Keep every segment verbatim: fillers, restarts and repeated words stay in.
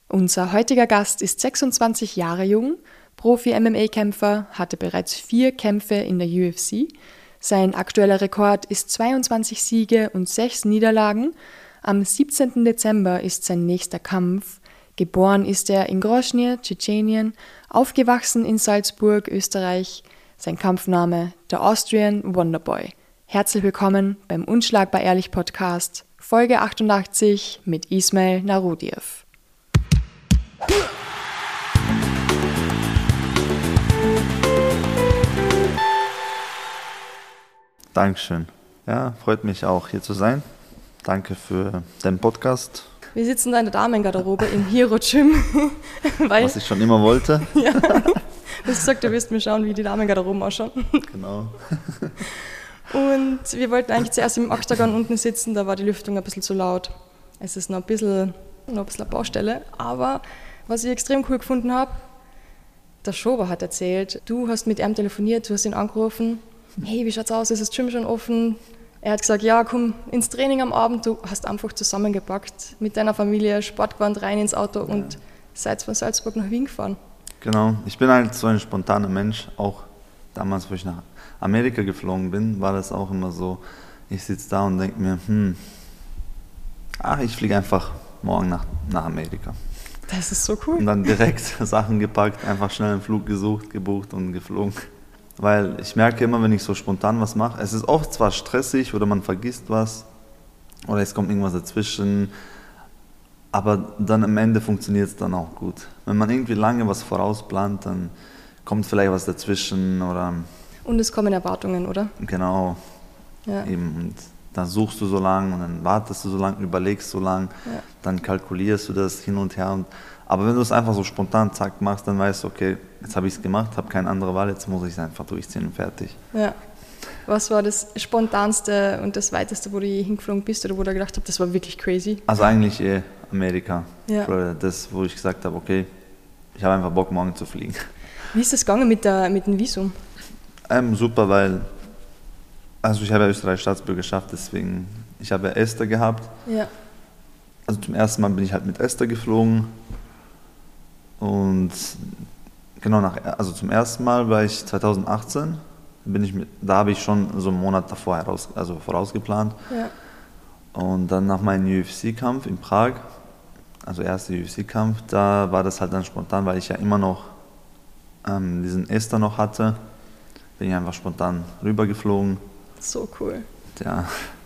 Unser heutiger Gast ist sechsundzwanzig Jahre jung, Profi-M M A-Kämpfer, hatte bereits vier Kämpfe in der U F C. Sein aktueller Rekord ist zweiundzwanzig Siege und sechs Niederlagen. Am siebzehnten Dezember ist sein nächster Kampf. Geboren ist er in Grozny, Tschetschenien, aufgewachsen in Salzburg, Österreich. Sein Kampfname der Austrian Wonderboy. Herzlich willkommen beim Unschlagbar Ehrlich Podcast, Folge achtundachtzig mit Ismail Narudiev. Dankeschön. Ja, freut mich auch, hier zu sein. Danke für deinen Podcast. Wir sitzen da in der Damengarderobe im Hero Gym. Weil, Was ich schon immer wollte. Ja, du hast gesagt, du wirst mir schauen, wie die Damengarderoben ausschauen. Genau. Und wir wollten eigentlich zuerst im Octagon unten sitzen, da war die Lüftung ein bisschen zu laut. Es ist noch ein bisschen, noch ein bisschen eine Baustelle. Aber was ich extrem cool gefunden habe, der Schober hat erzählt, du hast mit ihm telefoniert, du hast ihn angerufen. Hey, wie schaut's aus, ist das Gym schon offen? Er hat gesagt, ja, komm ins Training am Abend, du hast einfach zusammengepackt mit deiner Familie, Sportgewand rein ins Auto und ja. Seid von Salzburg nach Wien gefahren. Genau, ich bin halt so ein spontaner Mensch, auch damals, wo ich nach Amerika geflogen bin, war das auch immer so, ich sitze da und denke mir, hm, ach, ich fliege einfach morgen nach, nach Amerika. Das ist so cool. Und dann direkt Sachen gepackt, einfach schnell einen Flug gesucht, gebucht und geflogen. Weil ich merke immer, wenn ich so spontan was mache, es ist oft zwar stressig oder man vergisst was oder es kommt irgendwas dazwischen, aber dann am Ende funktioniert es dann auch gut. Wenn man irgendwie lange was vorausplant, dann kommt vielleicht was dazwischen oder... Und es kommen Erwartungen, oder? Genau, ja. Eben. Und dann suchst du so lange und dann wartest du so lange, überlegst so lange, ja. Dann kalkulierst du das hin und her. Und, aber wenn du es einfach so spontan zack machst, dann weißt du, okay, jetzt habe ich es gemacht, habe keine andere Wahl, jetzt muss ich es einfach durchziehen und fertig. Ja. Was war das Spontanste und das Weiteste, wo du je hingeflogen bist oder wo du gedacht hast, das war wirklich crazy? Also eigentlich eh Amerika, ja. Florida, das, wo ich gesagt habe, okay, ich habe einfach Bock, morgen zu fliegen. Wie ist das gegangen mit, der, mit dem Visum? Ähm, super, weil also ich habe ja Österreich Staatsbürgerschaft, deswegen, ich habe ja Esther gehabt. Ja. Also zum ersten Mal bin ich halt mit Esther geflogen und genau, nach, also zum ersten Mal war ich zweitausendachtzehn, bin ich mit, da habe ich schon so einen Monat davor heraus, also vorausgeplant. Ja. Und dann nach meinem U F C-Kampf in Prag, also erster U F C-Kampf, da war das halt dann spontan, weil ich ja immer noch ähm, diesen Esther noch hatte, bin ich einfach spontan rübergeflogen. So cool. Ja.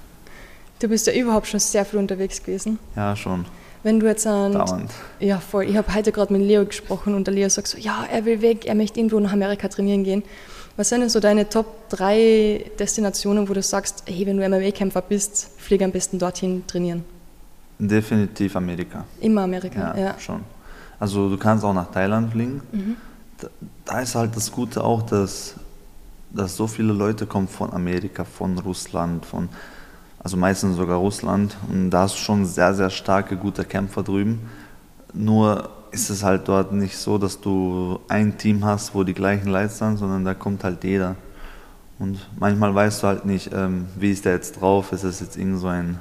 Du bist ja überhaupt schon sehr viel unterwegs gewesen. Ja, schon. Wenn du jetzt an... Dauernd. Ja, voll. Ich habe heute gerade mit Leo gesprochen und der Leo sagt so, ja, er will weg, er möchte irgendwo nach Amerika trainieren gehen. Was sind denn so deine Top drei Destinationen, wo du sagst, hey, wenn du M M A-Kämpfer bist, fliege am besten dorthin trainieren? Definitiv Amerika. Immer Amerika, ja. Ja, schon. Also du kannst auch nach Thailand fliegen. Mhm. Da, da ist halt das Gute auch, dass, dass so viele Leute kommen von Amerika, von Russland, von... Also meistens sogar Russland, und da hast du schon sehr, sehr starke, gute Kämpfer drüben. Nur ist es halt dort nicht so, dass du ein Team hast, wo die gleichen Leute sind, sondern da kommt halt jeder. Und manchmal weißt du halt nicht, ähm, wie ist der jetzt drauf, ist es jetzt irgend so ein,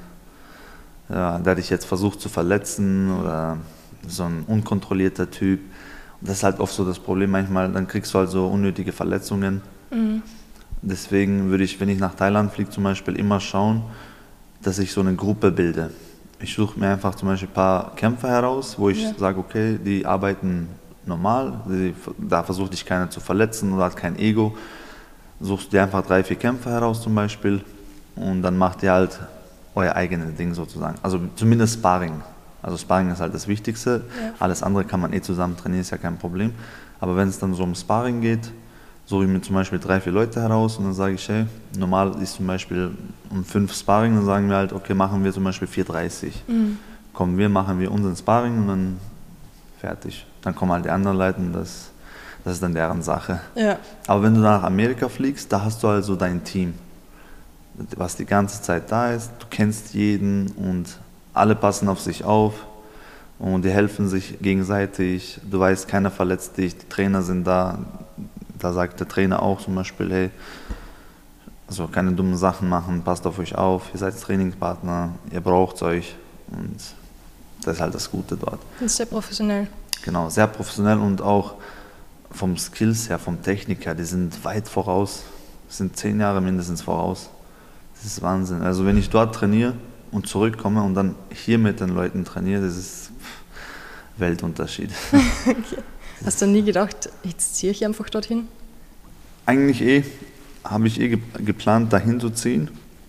ja, der dich jetzt versucht zu verletzen oder so ein unkontrollierter Typ. Und das ist halt oft so das Problem manchmal, dann kriegst du halt so unnötige Verletzungen. Mhm. Deswegen würde ich, wenn ich nach Thailand fliege, zum Beispiel immer schauen, dass ich so eine Gruppe bilde. Ich suche mir einfach zum Beispiel ein paar Kämpfer heraus, wo ich ja. sage, okay, die arbeiten normal, die, da versucht dich keiner zu verletzen oder hat kein Ego. Suchst dir einfach drei, vier Kämpfer heraus zum Beispiel und dann macht ihr halt euer eigenes Ding sozusagen. Also zumindest Sparring. Also Sparring ist halt das Wichtigste. Ja. Alles andere kann man eh zusammen trainieren, ist ja kein Problem. Aber wenn es dann so um Sparring geht, suche ich mir zum Beispiel drei, vier Leute heraus und dann sage ich, hey, normal ist zum Beispiel um fünf Sparring, dann sagen wir halt, okay, machen wir zum Beispiel vier Uhr dreißig. Mhm. Kommen wir, machen wir unseren Sparring und dann fertig. Dann kommen halt die anderen Leute und das, das ist dann deren Sache. Ja. Aber wenn du nach Amerika fliegst, da hast du also dein Team, was die ganze Zeit da ist. Du kennst jeden und alle passen auf sich auf und die helfen sich gegenseitig. Du weißt, keiner verletzt dich, die Trainer sind da. Da sagt der Trainer auch zum Beispiel, hey, also keine dummen Sachen machen, passt auf euch auf, ihr seid Trainingspartner, ihr braucht euch. Und Das ist halt das Gute dort. Das ist sehr professionell. Genau, sehr professionell und auch vom Skills her, vom Technik her, die sind weit voraus, sind zehn Jahre mindestens voraus. Das ist Wahnsinn. Also wenn ich dort trainiere und zurückkomme und dann hier mit den Leuten trainiere, das ist Weltunterschied. Okay. Hast du nie gedacht, jetzt ziehe ich einfach dorthin? Eigentlich eh, habe ich eh ge- geplant, dahin zu ziehen.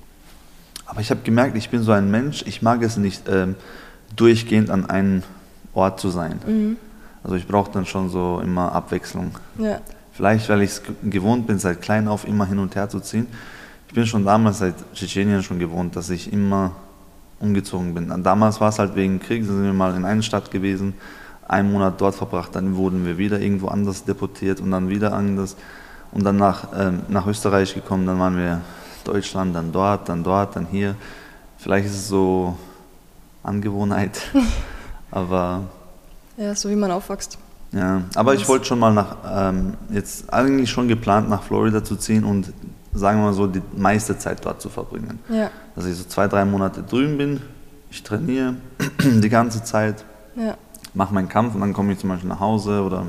Aber ich habe gemerkt, ich bin so ein Mensch, ich mag es nicht, ähm, durchgehend an einem Ort zu sein. Mhm. Also ich brauche dann schon so immer Abwechslung. Ja. Vielleicht, weil ich es gewohnt bin, seit klein auf immer hin und her zu ziehen. Ich bin schon damals seit Tschetschenien schon gewohnt, dass ich immer umgezogen bin. Damals war es halt wegen Krieg, sind wir mal in einer Stadt gewesen, einen Monat dort verbracht, dann wurden wir wieder irgendwo anders deportiert und dann wieder anders. Und dann nach, ähm, nach Österreich gekommen, dann waren wir Deutschland, dann dort, dann dort, dann hier. Vielleicht ist es so Angewohnheit, aber... Ja, so wie man aufwächst. Ja, aber ich wollte schon mal nach, ähm, jetzt eigentlich schon geplant, nach Florida zu ziehen und sagen wir mal so, die meiste Zeit dort zu verbringen. Ja. Dass ich so zwei, drei Monate drüben bin, ich trainiere die ganze Zeit, Ja. mache meinen Kampf und dann komme ich zum Beispiel nach Hause oder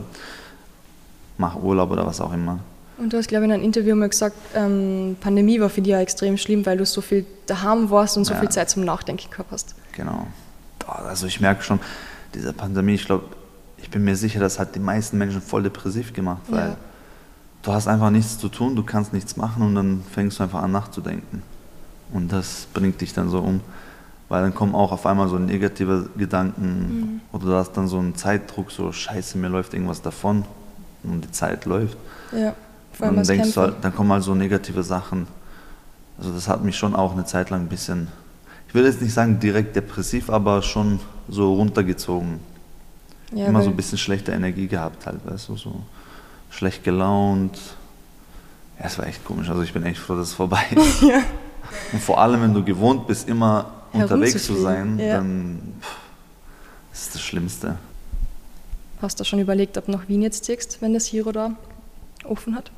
mache Urlaub oder was auch immer. Und du hast, glaube ich, in einem Interview mal gesagt, ähm, Pandemie war für dich ja extrem schlimm, weil du so viel daheim warst und so Ja. viel Zeit zum Nachdenken gehabt hast. Genau. Also ich merke schon, diese Pandemie, ich glaube, ich bin mir sicher, das hat die meisten Menschen voll depressiv gemacht, weil Ja. du hast einfach nichts zu tun, du kannst nichts machen und dann fängst du einfach an nachzudenken. Und das bringt dich dann so um, weil dann kommen auch auf einmal so negative Gedanken Mhm. oder du hast dann so einen Zeitdruck, so scheiße, mir läuft irgendwas davon und die Zeit läuft. Ja, vor allem Und als dann denkst du Kämpfer. halt, dann kommen halt so negative Sachen. Also das hat mich schon auch eine Zeit lang ein bisschen, ich will jetzt nicht sagen direkt depressiv, aber schon so runtergezogen. Ja, Immer so weil- ein bisschen schlechte Energie gehabt halt, weißt du, so schlecht gelaunt. Ja, es war echt komisch, also ich bin echt froh, dass es vorbei ist. Ja. Und vor allem, wenn du gewohnt bist, immer unterwegs zu Herumzufliegen, sein, ja. dann pff, das ist das Schlimmste. Hast du schon überlegt, ob du nach Wien jetzt ziehst, wenn das Hero da offen hat?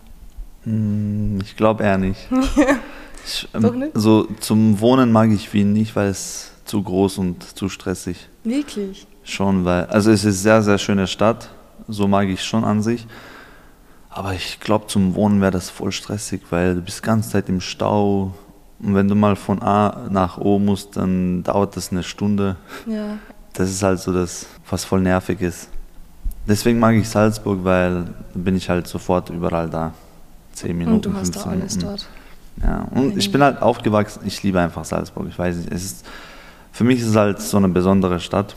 Hm, Ich glaube eher nicht. Ich, ähm, Doch nicht? So zum Wohnen mag ich Wien nicht, weil es zu groß und zu stressig. Wirklich? Schon, weil, also es ist eine sehr, sehr schöne Stadt, so mag ich schon an sich. Aber ich glaube, zum Wohnen wäre das voll stressig, weil du bist die ganze Zeit im Stau. Und wenn du mal von A nach O musst, dann dauert das eine Stunde. Ja. Das ist halt so das, was voll nervig ist. Deswegen mag ich Salzburg, weil da bin ich halt sofort überall da. Zehn Minuten, Und du hast da fünfzehn alles Minuten. dort. Ja, und ich bin halt aufgewachsen, ich liebe einfach Salzburg. Ich weiß nicht, es ist, für mich ist es halt so eine besondere Stadt.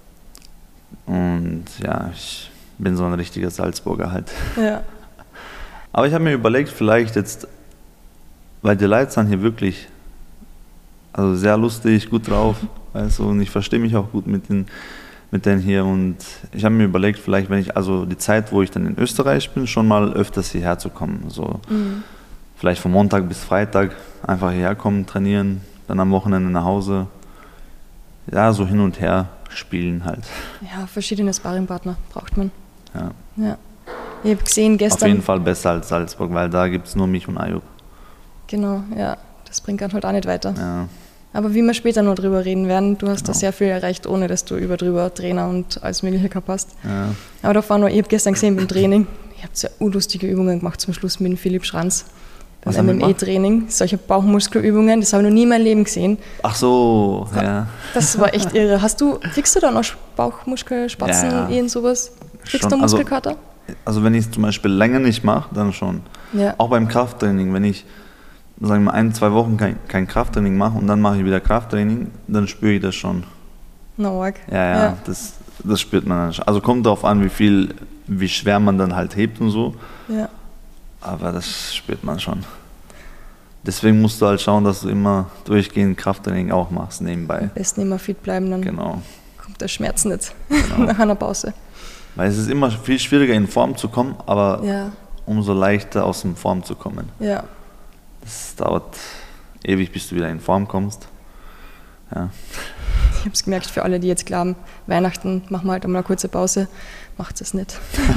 Und ja, ich bin so ein richtiger Salzburger halt. Ja. Aber ich habe mir überlegt, vielleicht jetzt, weil die Leute sind hier wirklich also sehr lustig, gut drauf, weißt du, und ich verstehe mich auch gut mit den, mit denen hier. Und ich habe mir überlegt, vielleicht, wenn ich, also die Zeit, wo ich dann in Österreich bin, schon mal öfters hierher zu kommen. So, Mhm. vielleicht von Montag bis Freitag einfach hierher kommen, trainieren, dann am Wochenende nach Hause. Ja, so hin und her spielen halt. Ja, verschiedene Sparringpartner braucht man. Ja. Ja. Ich habe gesehen Auf gestern. jeden Fall besser als Salzburg, weil da gibt es nur mich und Ayub. Genau, ja. Das bringt dann halt auch nicht weiter. Ja. Aber wie wir später noch drüber reden werden, du hast da Genau. sehr viel erreicht, ohne dass du über drüber Trainer und alles Mögliche gehabt hast. Ja. Aber da war noch, ich habe gestern gesehen beim Training, ich habe sehr urlustige Übungen gemacht zum Schluss mit dem Philipp Schranz. Was Beim haben wir M M A-Training, solche Bauchmuskelübungen, das habe ich noch nie in meinem Leben gesehen. Ach so, ja. Das war echt irre. Hast du, kriegst du da noch Bauchmuskelspatzen, Ja, ja. irgend sowas? Kriegst Schon, du also- Muskelkater? Also wenn ich es zum Beispiel länger nicht mache, dann schon. Ja. Auch beim Krafttraining, wenn ich, sagen wir mal, ein, zwei Wochen kein, kein Krafttraining mache und dann mache ich wieder Krafttraining, dann spüre ich das schon. No, arg. Ja, ja, Ja. Das, das spürt man dann schon. Also kommt darauf an, wie viel, wie schwer man dann halt hebt und so, Ja. aber das spürt man schon. Deswegen musst du halt schauen, dass du immer durchgehend Krafttraining auch machst nebenbei. Am besten immer fit bleiben, dann Genau. kommt der Schmerz nicht Genau. nach einer Pause. Weil es ist immer viel schwieriger in Form zu kommen, aber Ja, umso leichter aus der Form zu kommen. ja. Das dauert ewig, bis du wieder in Form kommst. Ja. Ich habe es gemerkt, für alle, die jetzt glauben, Weihnachten machen wir halt einmal eine kurze Pause, macht es nicht.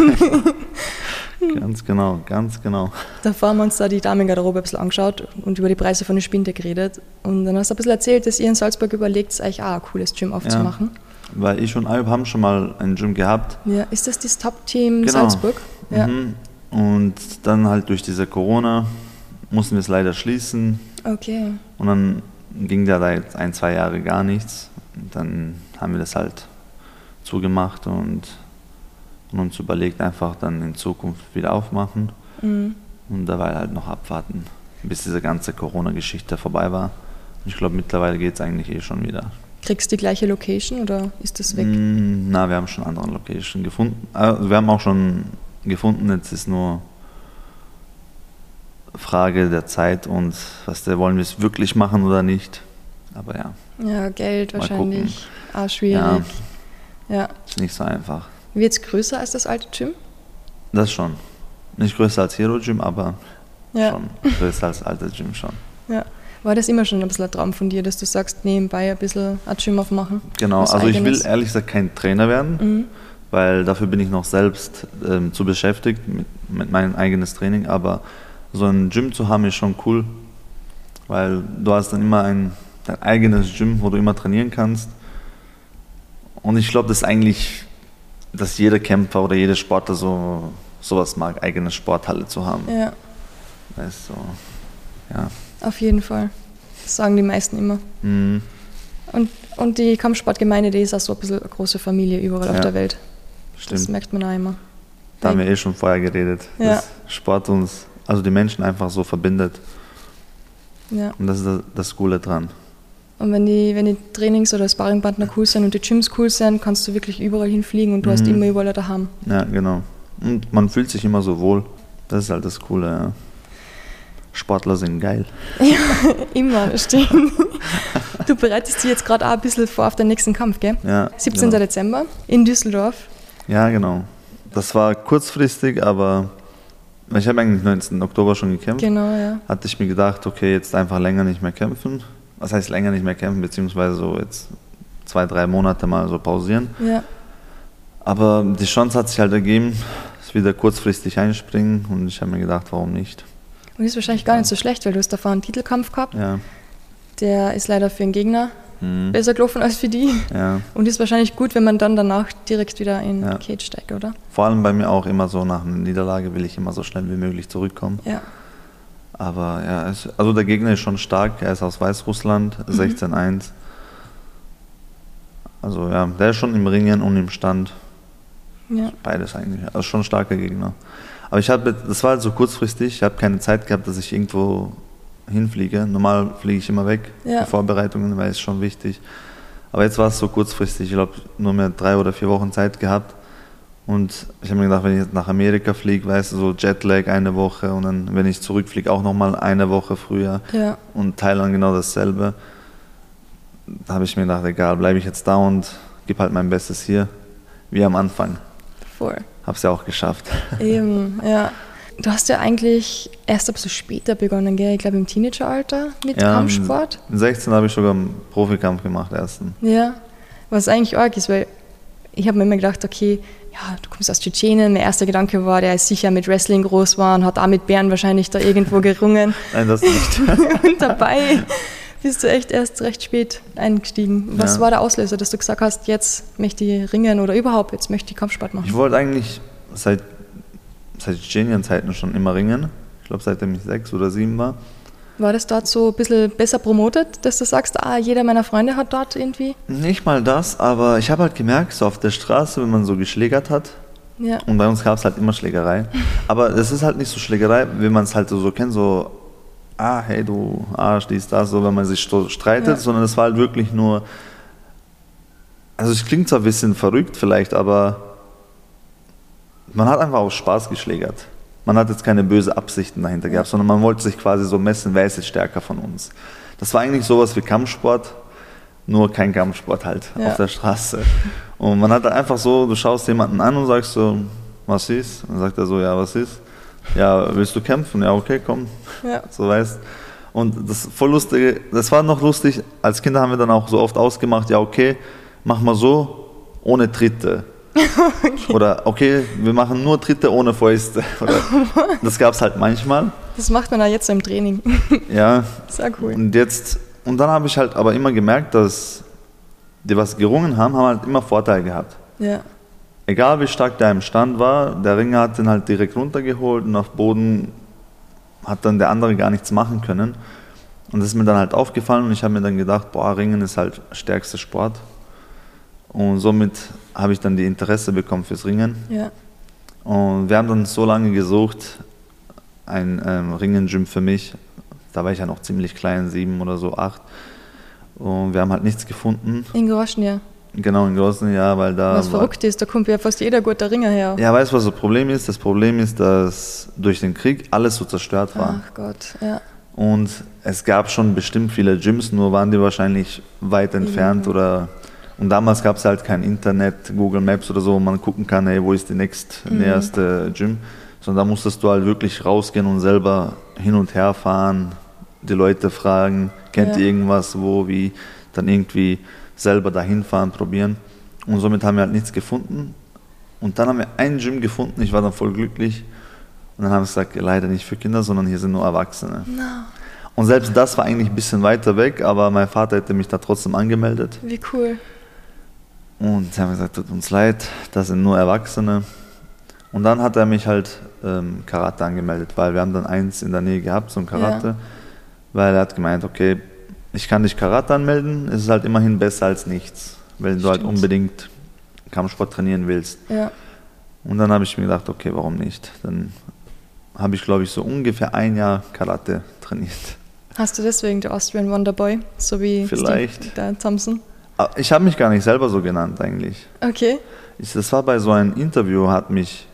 Ganz genau, ganz genau. Da haben wir uns da die Damengarderobe ein bisschen angeschaut und über die Preise von der Spinde geredet. Und dann hast du ein bisschen erzählt, dass ihr in Salzburg überlegt, euch auch ein cooles Gym aufzumachen. Weil ich und Ayub haben schon mal ein Gym gehabt. Ja, ist das das Top-Team Genau. Salzburg? Ja. Mhm. Und dann halt durch diese Corona mussten wir es leider schließen. Okay. Und dann ging da jetzt ein, zwei Jahre gar nichts. Und dann haben wir das halt zugemacht und, und uns überlegt, einfach dann in Zukunft wieder aufmachen. Mhm. Und dabei halt noch abwarten, bis diese ganze Corona-Geschichte vorbei war. Und ich glaube, mittlerweile geht es eigentlich eh schon wieder. Kriegst du die gleiche Location oder ist das weg? Mm, na, wir haben schon andere Location gefunden. Also wir haben auch schon gefunden, jetzt ist nur Frage der Zeit und was der, wollen wir es wirklich machen oder nicht. Aber ja. Ja, Geld Mal wahrscheinlich. Auch schwierig. Ja. Ja. Ist nicht so einfach. Wird es größer als das alte Gym? Das schon. Nicht größer als Hero Gym, aber Ja. schon größer als alte Gym schon. Ja. War das immer schon ein bisschen ein Traum von dir, dass du sagst, nebenbei ein bisschen ein Gym aufmachen? Genau, Was also ich will Eigenes? ehrlich gesagt kein Trainer werden, Mhm. weil dafür bin ich noch selbst ähm, zu beschäftigt mit, mit meinem eigenes Training, aber so ein Gym zu haben ist schon cool, weil du hast dann immer ein dein eigenes Gym, wo du immer trainieren kannst. Und ich glaube, das ist eigentlich, dass jeder Kämpfer oder jeder Sportler so sowas mag, eigene Sporthalle zu haben. Ja, Weißt du, ja. auf jeden Fall. Das sagen die meisten immer. Mhm. Und, und die Kampfsportgemeinde, die ist auch so ein bisschen eine große Familie überall Ja, auf der Welt. Stimmt. Das merkt man auch immer. Da haben wir eh schon vorher geredet, Ja. dass Sport uns, also die Menschen einfach so verbindet. Ja. Und das ist das, das Coole dran. Und wenn die, wenn die Trainings- oder Sparringpartner cool sind und die Gyms cool sind, kannst du wirklich überall hinfliegen und du hast Mhm. immer überall daheim. Ja, genau. Und man fühlt sich immer so wohl. Das ist halt das Coole. Ja. Sportler sind geil. Immer, das stimmt. Du bereitest dich jetzt gerade auch ein bisschen vor auf den nächsten Kampf, gell? Ja, siebzehnten genau. Dezember in Düsseldorf. Ja, genau. Das war kurzfristig, aber ich habe eigentlich neunzehnten Oktober schon gekämpft. Genau, ja. Hatte ich mir gedacht, okay, jetzt einfach länger nicht mehr kämpfen. Was heißt länger nicht mehr kämpfen, beziehungsweise so jetzt zwei, drei Monate mal so pausieren. Ja, Aber die Chance hat sich halt ergeben, dass wir wieder kurzfristig einspringen und ich habe mir gedacht, warum nicht? und das ist wahrscheinlich gar nicht so schlecht, weil du hast davor einen Titelkampf gehabt. Ja. Der ist leider für den Gegner Mhm. besser gelaufen als für die. Ja. Und ist wahrscheinlich gut, wenn man dann danach direkt wieder in Ja. Cage steigt, oder? Vor allem bei mir auch immer so, nach einer Niederlage will ich immer so schnell wie möglich zurückkommen. Ja. Aber ja, es, also der Gegner ist schon stark, er ist aus Weißrussland, sechzehn eins. Also ja, der ist schon im Ringen und im Stand, Ja. beides eigentlich, also schon ein starker Gegner. Aber ich habe, das war halt so kurzfristig, ich habe keine Zeit gehabt, dass ich irgendwo hinfliege. Normal fliege ich immer weg, Ja. die Vorbereitungen, weil es schon wichtig. Aber jetzt war es so kurzfristig, ich glaube nur mehr drei oder vier Wochen Zeit gehabt. Und ich habe mir gedacht, wenn ich jetzt nach Amerika fliege, weißt du, so Jetlag eine Woche und dann, wenn ich zurückfliege, auch nochmal eine Woche früher Ja. und Thailand genau dasselbe. Da habe ich mir gedacht, egal, bleibe ich jetzt da und gebe halt mein Bestes hier, wie am Anfang. Voll. Hab's ja auch geschafft. Eben, ja. Du hast ja eigentlich erst ein bisschen später begonnen, gell? Ich glaube im Teenageralter mit Ja, Kampfsport. Mit sechzehn habe ich sogar einen Profikampf gemacht, ersten. Ja, was eigentlich arg ist, weil ich habe mir immer gedacht, okay, ja, du kommst aus Tschetschenien, mein erster Gedanke war, der ist sicher mit Wrestling groß geworden, hat auch mit Bären wahrscheinlich da irgendwo gerungen. Nein, das nicht. Und dabei bist du echt erst recht spät eingestiegen. Was Ja. war der Auslöser, dass du gesagt hast, jetzt möchte ich ringen oder überhaupt, jetzt möchte ich Kampfsport machen? Ich wollte eigentlich seit, seit Tschetschenien-Zeiten schon immer ringen. Ich glaube, seitdem ich sechs oder sieben war. War das dort so ein bisschen besser promotet, dass du sagst, ah, jeder meiner Freunde hat dort irgendwie? Nicht mal das, aber ich habe halt gemerkt, so auf der Straße, wenn man so geschlägert hat, Ja, und bei uns gab es halt immer Schlägerei. Aber es ist halt nicht so Schlägerei, wie man es halt so, so kennt, so, ah, hey du Arsch, dies, das, so, wenn man sich so streitet, Ja. sondern es war halt wirklich nur, also es klingt zwar ein bisschen verrückt vielleicht, aber man hat einfach aus Spaß geschlägert. Man hat jetzt keine böse Absichten dahinter gehabt, sondern man wollte sich quasi so messen, wer ist jetzt stärker von uns. Das war eigentlich sowas wie Kampfsport, nur kein Kampfsport halt Ja. auf der Straße. Und man hat dann einfach so, du schaust jemanden an und sagst so, was ist? Und dann sagt er so, ja, was ist? Ja, willst du kämpfen? Ja, okay, komm. ja, So weißt. Und das voll lustige, das war noch lustig, als Kinder haben wir dann auch so oft ausgemacht, ja, okay, mach mal so, ohne Tritte. Okay. Oder okay, wir machen nur Tritte ohne Fäuste. Oder, das gab es halt manchmal. das macht man auch jetzt so im Training. Ja. Sehr cool. Und jetzt, und dann habe ich halt aber immer gemerkt, dass die was gerungen haben, haben halt immer Vorteil gehabt. Ja. Egal wie stark der im Stand war, der Ringer hat den halt direkt runtergeholt und auf Boden hat dann der andere gar nichts machen können. Und das ist mir dann halt aufgefallen und ich habe mir dann gedacht, boah, Ringen ist halt stärkster Sport. Und somit habe ich dann die Interesse bekommen fürs Ringen. Ja. Und wir haben dann so lange gesucht, ein ähm, Ringen-Gym für mich. Da war ich ja noch ziemlich klein, sieben oder so, acht. Und wir haben halt nichts gefunden. In Groschen, ja. Genau, in Großen, ja, weil da... Was war, verrückt ist, da kommt ja fast jeder gute Ringer her. Ja, weißt du, was das Problem ist? Das Problem ist, dass durch den Krieg alles so zerstört war. Ach Gott, ja. Und es gab schon bestimmt viele Gyms, nur waren die wahrscheinlich weit entfernt. Mhm. oder Und damals gab es halt kein Internet, Google Maps oder so, wo man gucken kann, hey, wo ist die nächstnäherste mhm. Gym. Sondern da musstest du halt wirklich rausgehen und selber hin und her fahren, die Leute fragen, kennt ja. ihr irgendwas, wo, wie, dann irgendwie selber dahin fahren, probieren. Und somit haben wir halt nichts gefunden. Und dann haben wir ein Gym gefunden, ich war dann voll glücklich. Und dann haben wir gesagt, leider nicht für Kinder, sondern hier sind nur Erwachsene. No. Und selbst das war eigentlich ein bisschen weiter weg, aber mein Vater hätte mich da trotzdem angemeldet. Wie cool. Und sie haben gesagt, tut uns leid, das sind nur Erwachsene. Und dann hat er mich halt ähm, Karate angemeldet, weil wir haben dann eins in der Nähe gehabt, so ein Karate. Ja. Weil er hat gemeint, okay, ich kann dich Karate anmelden, es ist halt immerhin besser als nichts, wenn du halt unbedingt Kampfsport trainieren willst. Ja. Und dann habe ich mir gedacht, okay, warum nicht? Dann habe ich, glaube ich, so ungefähr ein Jahr Karate trainiert. Hast du deswegen der Austrian Wonderboy, so wie Vielleicht. Steve, der Thompson? Ich habe mich gar nicht selber so genannt eigentlich. Okay. Ich, das war bei so einem Interview, hat mich,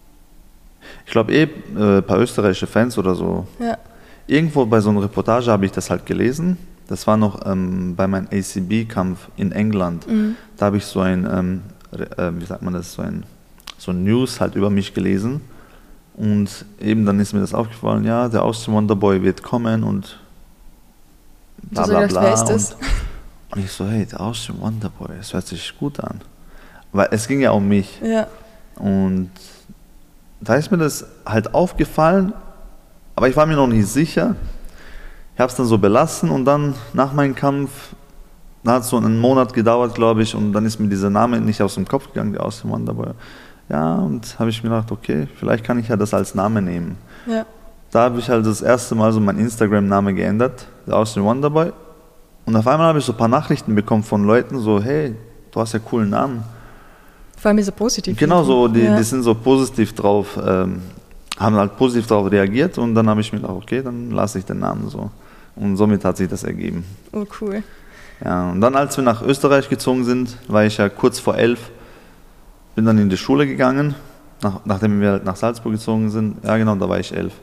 ich glaube eh äh, ein paar österreichische Fans oder so. Ja. Irgendwo bei so einer Reportage habe ich das halt gelesen. Das war noch ähm, bei meinem A C B-Kampf in England. Mhm. Da habe ich so ein, ähm, äh, wie sagt man das, so ein, so ein News halt über mich gelesen. Und eben dann ist mir das aufgefallen, ja, der Austrian Wonderboy wird kommen und bla bla bla. Wer ist das? Und, und ich so, hey, der Austrian Wonderboy, das hört sich gut an. Weil es ging ja um mich. Ja. Und da ist mir das halt aufgefallen, aber ich war mir noch nicht sicher. Ich habe es dann so belassen und dann nach meinem Kampf, da hat es so einen Monat gedauert, glaube ich, und dann ist mir dieser Name nicht aus dem Kopf gegangen, der Austrian Wonderboy. Ja, und habe ich mir gedacht, okay, vielleicht kann ich ja das als Name nehmen. Ja. Da habe ich halt das erste Mal so meinen Instagram-Name geändert, der Austrian Wonderboy. Und auf einmal habe ich so ein paar Nachrichten bekommen von Leuten, so, hey, du hast ja einen coolen Namen. Vor allem ist er positiv. Genau, so, die, ja. die sind so positiv drauf, ähm, haben halt positiv darauf reagiert und dann habe ich mir gedacht, okay, dann lasse ich den Namen so. Und somit hat sich das ergeben. Oh, cool. Ja, und dann, als wir nach Österreich gezogen sind, war ich ja kurz vor elf, bin dann in die Schule gegangen, nach, nachdem wir nach Salzburg gezogen sind. Ja, genau, da war ich elf.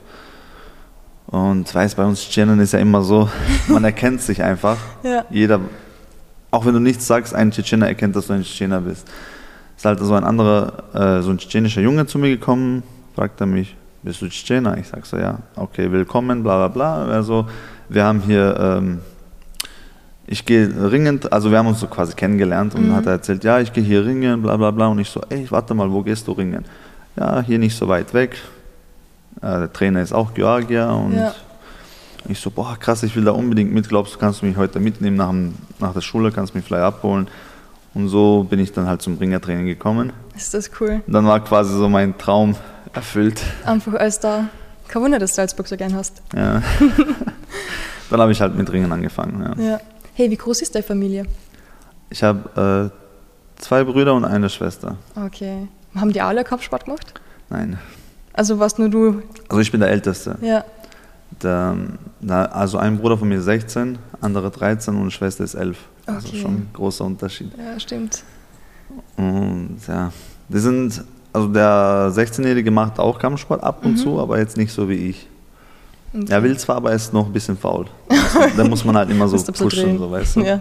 Und weiß, bei uns Tschetschenen ist ja immer so, man erkennt sich einfach. Ja. Jeder, auch wenn du nichts sagst, ein Tschetschener erkennt, dass du ein Tschetschener bist. Ist halt so ein anderer, äh, so ein tschetschenischer Junge zu mir gekommen, fragt er mich, bist du Tschetschener? Ich sag so, ja, okay, willkommen, bla bla bla. Also, wir haben hier, ähm, ich gehe ringen, also wir haben uns so quasi kennengelernt und mhm. hat er erzählt, ja, ich gehe hier ringen, bla bla bla. Und ich so, ey, warte mal, wo gehst du ringen? Ja, hier nicht so weit weg. Äh, der Trainer ist auch Georgier und ja. ich so, boah, krass, ich will da unbedingt mit. Glaubst du, kannst du mich heute mitnehmen nach, dem, nach der Schule, kannst mich vielleicht abholen? Und so bin ich dann halt zum Ringertraining gekommen. Ist das cool? Und dann war quasi so mein Traum erfüllt. Einfach als da, kein Wunder, dass du Salzburg so gern hast. Ja. Dann habe ich halt mit Ringen angefangen. Ja. Ja. Hey, wie groß ist deine Familie? Ich habe äh, zwei Brüder und eine Schwester. Okay. Haben die alle Kampfsport gemacht? Nein. Also warst nur du? Also ich bin der Älteste. Ja. Der, der, also ein Bruder von mir ist sechzehn, andere dreizehn und eine Schwester ist elf. Okay. Also schon ein großer Unterschied. Ja, stimmt. Und ja, die sind, also der sechzehnjährige macht auch Kampfsport ab und mhm. zu, aber jetzt nicht so wie ich. Okay. Er will zwar, aber er ist noch ein bisschen faul. Da muss man halt immer so pushen, so, weißt du. Ja.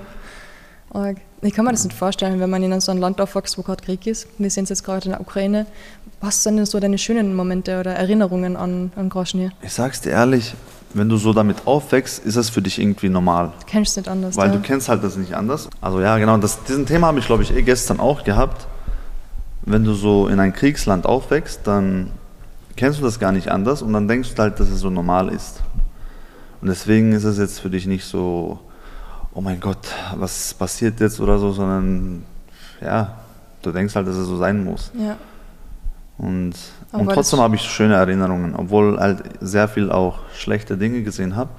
Ich kann mir das nicht vorstellen, wenn man in so einem Land aufwächst, wo gerade Krieg ist. Wir sehen es jetzt gerade in der Ukraine. Was sind denn so deine schönen Momente oder Erinnerungen an, an Grosnyj? Ich sag's dir ehrlich, wenn du so damit aufwächst, ist das für dich irgendwie normal. Du kennst es nicht anders. Weil ja. du kennst halt das nicht anders. Also ja, genau, das, diesen Thema habe ich, glaube ich, eh gestern auch gehabt. Wenn du so in ein Kriegsland aufwächst, dann kennst du das gar nicht anders und dann denkst du halt, dass es so normal ist. Und deswegen ist es jetzt für dich nicht so, oh mein Gott, was passiert jetzt oder so, sondern ja, du denkst halt, dass es so sein muss. Ja. Und, und trotzdem habe ich schöne Erinnerungen, obwohl halt sehr viel auch schlechte Dinge gesehen habe.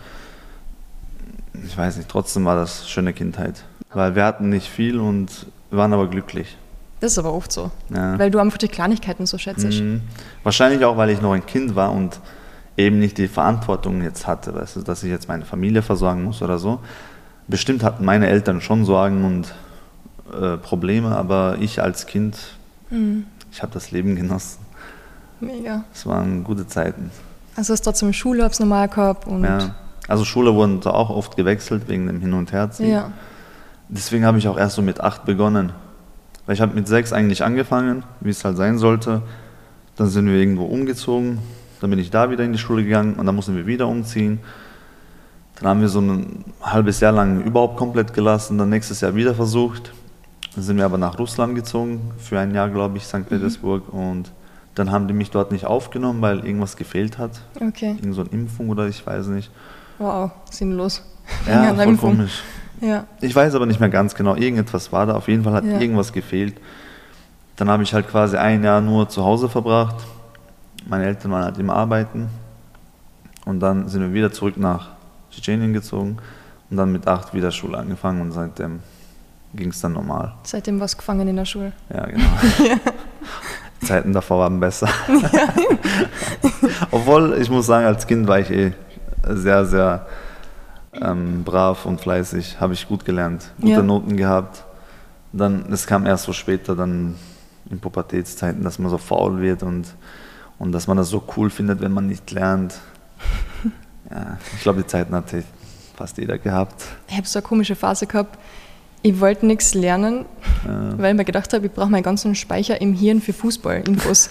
Ich weiß nicht, trotzdem war das schöne Kindheit, weil wir hatten nicht viel und waren aber glücklich. Das ist aber oft so, ja. Weil du einfach die Kleinigkeiten so schätzt. Mhm. Wahrscheinlich auch, weil ich noch ein Kind war und eben nicht die Verantwortung jetzt hatte, weißt du, dass ich jetzt meine Familie versorgen muss oder so. Bestimmt hatten meine Eltern schon Sorgen und äh, Probleme, aber ich als Kind, mhm. ich habe das Leben genossen. Mega. Es waren gute Zeiten. Also hast du trotzdem Schule hab's normal gehabt und... Ja. Also Schule wurden da auch oft gewechselt wegen dem Hin- und Herziehen. Ja. Deswegen habe ich auch erst so mit acht begonnen. Weil ich habe mit sechs eigentlich angefangen, wie es halt sein sollte. Dann sind wir irgendwo umgezogen, dann bin ich da wieder in die Schule gegangen und dann mussten wir wieder umziehen. Dann haben wir so ein halbes Jahr lang überhaupt komplett gelassen, dann nächstes Jahr wieder versucht. Dann sind wir aber nach Russland gezogen, für ein Jahr glaube ich, Sankt Petersburg. Mhm. Und dann haben die mich dort nicht aufgenommen, weil irgendwas gefehlt hat. Okay. Irgend so eine Impfung oder ich weiß nicht. Wow, sinnlos. Ja, voll komisch. Ja. Ich weiß aber nicht mehr ganz genau, irgendetwas war da, auf jeden Fall hat ja. irgendwas gefehlt. Dann habe ich halt quasi ein Jahr nur zu Hause verbracht. Meine Eltern waren halt immer arbeiten. Und dann sind wir wieder zurück nach Tschetschenien gezogen und dann mit acht wieder Schule angefangen und seitdem ging es dann normal. Seitdem warst du gefangen in der Schule? Ja, genau. Ja. Die Zeiten davor waren besser. Ja. Obwohl, ich muss sagen, als Kind war ich eh sehr, sehr ähm, brav und fleißig, habe ich gut gelernt, gute ja. Noten gehabt. Dann, es kam erst so später, dann in Pubertätszeiten, dass man so faul wird und, und dass man das so cool findet, wenn man nicht lernt. Ja, ich glaube, die Zeiten hatte fast jeder gehabt. Ich habe so eine komische Phase gehabt. Ich wollte nichts lernen, ja. weil ich mir gedacht habe, ich brauche meinen ganzen Speicher im Hirn für Fußball-Infos.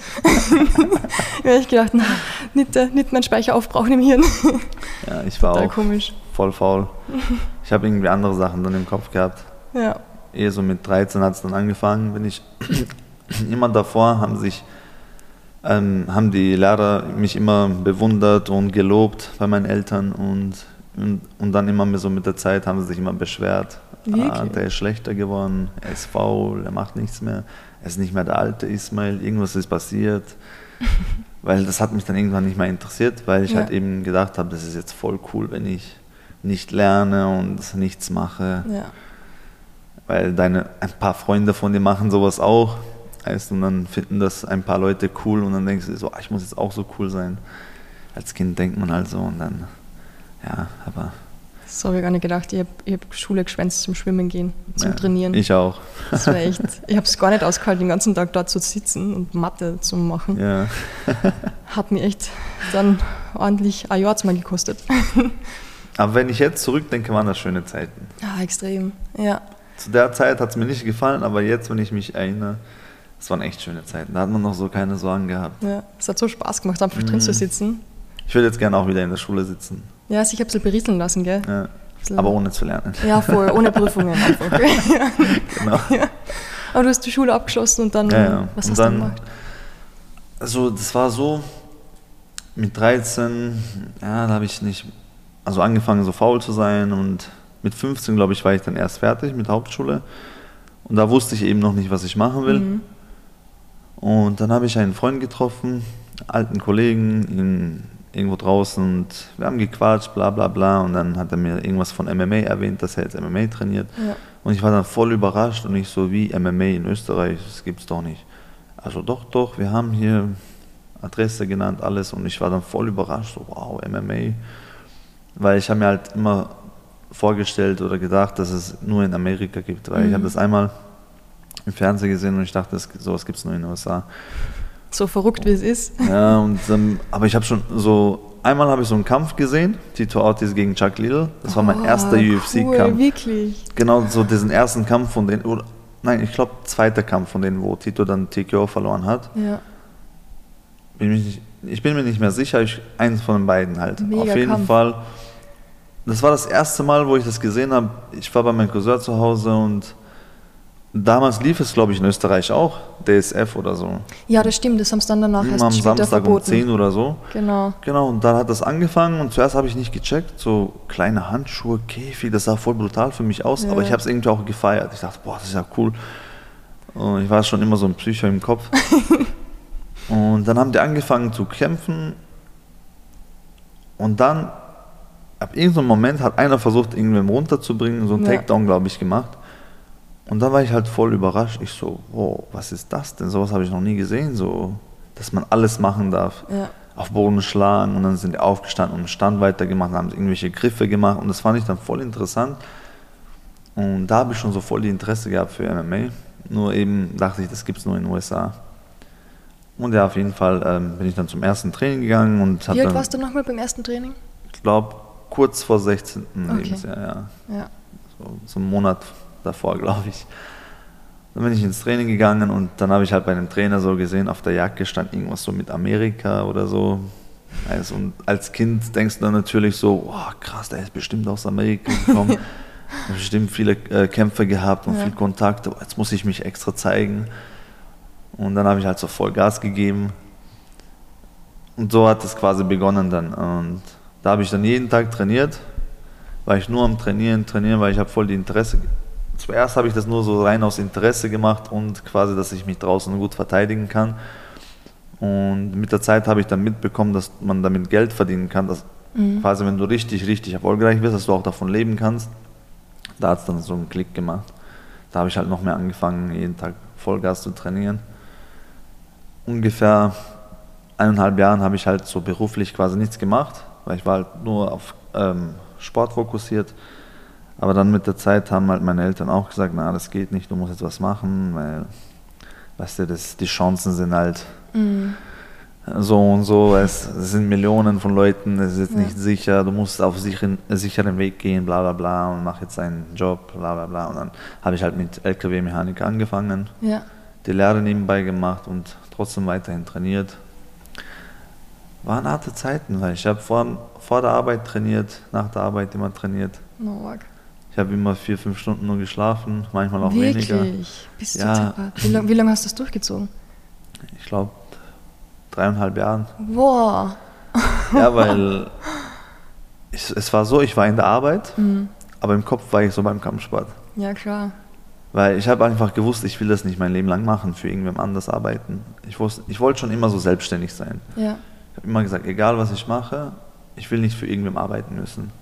Da habe ich gedacht, na, nicht, nicht meinen Speicher aufbrauchen im Hirn. Ja, ich war Total auch komisch. Voll faul. Ich habe irgendwie andere Sachen dann im Kopf gehabt. Ja. Ehe so mit dreizehn hat es dann angefangen. Bin ich immer davor haben sich ähm, haben die Lehrer mich immer bewundert und gelobt bei meinen Eltern und, und, und dann immer so mit der Zeit haben sie sich immer beschwert. Ah, der ist schlechter geworden, er ist faul, er macht nichts mehr, er ist nicht mehr der alte Ismail, irgendwas ist passiert. Weil das hat mich dann irgendwann nicht mehr interessiert, weil ich ja. halt eben gedacht habe, das ist jetzt voll cool, wenn ich nicht lerne und nichts mache. Ja. Weil deine, ein paar Freunde von dir machen sowas auch. Heißt, und dann finden das ein paar Leute cool und dann denkst du so, ah, ich muss jetzt auch so cool sein. Als Kind denkt man halt so und dann, ja, aber... So habe ich gar nicht gedacht. Ich habe hab Schule geschwänzt zum Schwimmen gehen, zum ja, Trainieren. Ich auch. Das war echt, ich habe es gar nicht ausgehalten, den ganzen Tag dort zu sitzen und Mathe zu machen. Ja. Hat mir echt dann ordentlich ein Jahr mal gekostet. Aber wenn ich jetzt zurückdenke, waren das schöne Zeiten. Ja, extrem, ja. Zu der Zeit hat es mir nicht gefallen, aber jetzt, wenn ich mich erinnere, es waren echt schöne Zeiten. Da hat man noch so keine Sorgen gehabt. Ja, es hat so Spaß gemacht, einfach mhm. drin zu sitzen. Ich würde jetzt gerne auch wieder in der Schule sitzen. Ja, also ich habe es berieseln lassen, gell? Ja, aber ohne zu lernen. Ja, voll, ohne Prüfungen einfach. Ja. Genau. Ja. Aber du hast die Schule abgeschlossen und dann, ja, ja. was und hast dann, du gemacht? Also das war so, mit dreizehn, ja, da habe ich nicht, also angefangen so faul zu sein und mit fünfzehn, glaube ich, war ich dann erst fertig mit Hauptschule und da wusste ich eben noch nicht, was ich machen will. Mhm. Und dann habe ich einen Freund getroffen, alten Kollegen in, irgendwo draußen und wir haben gequatscht, bla bla bla und dann hat er mir irgendwas von M M A erwähnt, dass er jetzt M M A trainiert. Ja. Und ich war dann voll überrascht und ich so, wie M M A in Österreich, das gibt's doch nicht. Also doch, doch, wir haben hier Adresse genannt, alles und ich war dann voll überrascht, so wow, M M A. Weil ich habe mir halt immer vorgestellt oder gedacht, dass es nur in Amerika gibt, weil mhm. ich habe das einmal im Fernsehen gesehen und ich dachte, das, sowas gibt es nur in den U S A. So verrückt wie es ist. Ja, und, ähm, aber ich habe schon so, einmal habe ich so einen Kampf gesehen, Tito Ortiz gegen Chuck Liddell. Das war mein oh, erster U F C-Kampf. Cool, wirklich? Genau, so diesen ersten Kampf von denen, oder nein, ich glaube zweiter Kampf von denen, wo Tito dann T K O verloren hat. Ja. Bin mich nicht, ich bin mir nicht mehr sicher, ich, eins von den beiden halt. Mega Auf jeden Kampf. Fall. Das war das erste Mal, wo ich das gesehen habe. Ich war bei meinem Cousin zu Hause und Damals lief es, glaube ich, in Österreich auch, D S F oder so. Ja, das stimmt, das haben sie dann danach Immer erst am später Samstag verboten. um zehn oder so. Genau. Genau, und dann hat das angefangen und zuerst habe ich nicht gecheckt, so kleine Handschuhe, Käfig, das sah voll brutal für mich aus, Ja. aber ich habe es irgendwie auch gefeiert. Ich dachte, boah, das ist ja cool. Und ich war schon immer so ein Psycho im Kopf. Und dann haben die angefangen zu kämpfen und dann, ab irgendeinem Moment hat einer versucht, irgendwem runterzubringen, so einen Ja. Takedown, glaube ich, gemacht. Und dann war ich halt voll überrascht. Ich so, wow, was ist das denn? Sowas habe ich noch nie gesehen, so, dass man alles machen darf. Ja. Auf Boden schlagen und dann sind die aufgestanden und Stand weitergemacht, haben irgendwelche Griffe gemacht und das fand ich dann voll interessant. Und da habe ich schon so voll die Interesse gehabt für M M A. Nur eben dachte ich, das gibt es nur in den U S A. Und ja, auf jeden Fall ähm, bin ich dann zum ersten Training gegangen und habe Wie alt dann, warst du nochmal beim ersten Training? ich glaube, kurz vor sechzehnten Okay. Lebensjahr, ja. Ja. So, so einen Monat davor, glaube ich. Dann bin ich ins Training gegangen und dann habe ich halt bei dem Trainer so gesehen, auf der Jacke stand irgendwas so mit Amerika oder so. Also, und als Kind denkst du dann natürlich so, wow, krass, der ist bestimmt aus Amerika gekommen. Hat bestimmt viele äh, Kämpfe gehabt und Ja. viel Kontakt. Jetzt muss ich mich extra zeigen. Und dann habe ich halt so voll Gas gegeben. Und so hat es quasi begonnen dann. Und da habe ich dann jeden Tag trainiert. War ich nur am Trainieren, Trainieren, weil ich habe voll die Interesse. Zuerst habe ich das nur so rein aus Interesse gemacht und quasi, dass ich mich draußen gut verteidigen kann. Und mit der Zeit habe ich dann mitbekommen, dass man damit Geld verdienen kann. Dass Mhm. quasi, wenn du richtig, richtig erfolgreich bist, dass du auch davon leben kannst. Da hat es dann so einen Klick gemacht. Da habe ich halt noch mehr angefangen, jeden Tag Vollgas zu trainieren. Ungefähr eineinhalb Jahren habe ich halt so beruflich quasi nichts gemacht, weil ich war halt nur auf ähm, Sport fokussiert. Aber dann mit der Zeit haben halt meine Eltern auch gesagt, na, das geht nicht, du musst jetzt was machen, weil, weißt du, das, die Chancen sind halt Mhm. so und so, es, es sind Millionen von Leuten, es ist jetzt Ja. nicht sicher, du musst auf sicheren, sicheren Weg gehen, bla bla bla und mach jetzt einen Job, bla bla bla. Und dann habe ich halt mit L K W-Mechaniker angefangen, Ja. die Lehre nebenbei gemacht und trotzdem weiterhin trainiert. Waren harte Zeiten, weil ich habe vor, vor der Arbeit trainiert, nach der Arbeit immer trainiert. No, arg. Ich habe immer vier, fünf Stunden nur geschlafen, manchmal auch weniger. Wirklich? Bist Ja. du deppert? Wie lange wie lang hast du das durchgezogen? Ich glaube, dreieinhalb Jahren. Boah. Ja, weil ich, es war so, ich war in der Arbeit, Mhm. aber im Kopf war ich so beim Kampfsport. Ja, klar. Weil ich habe einfach gewusst, ich will das nicht mein Leben lang machen, für irgendwem anders arbeiten. Ich, wusste, ich wollte schon immer so selbstständig sein. Ja. Ich habe immer gesagt, egal was ich mache, ich will nicht für irgendwem arbeiten müssen.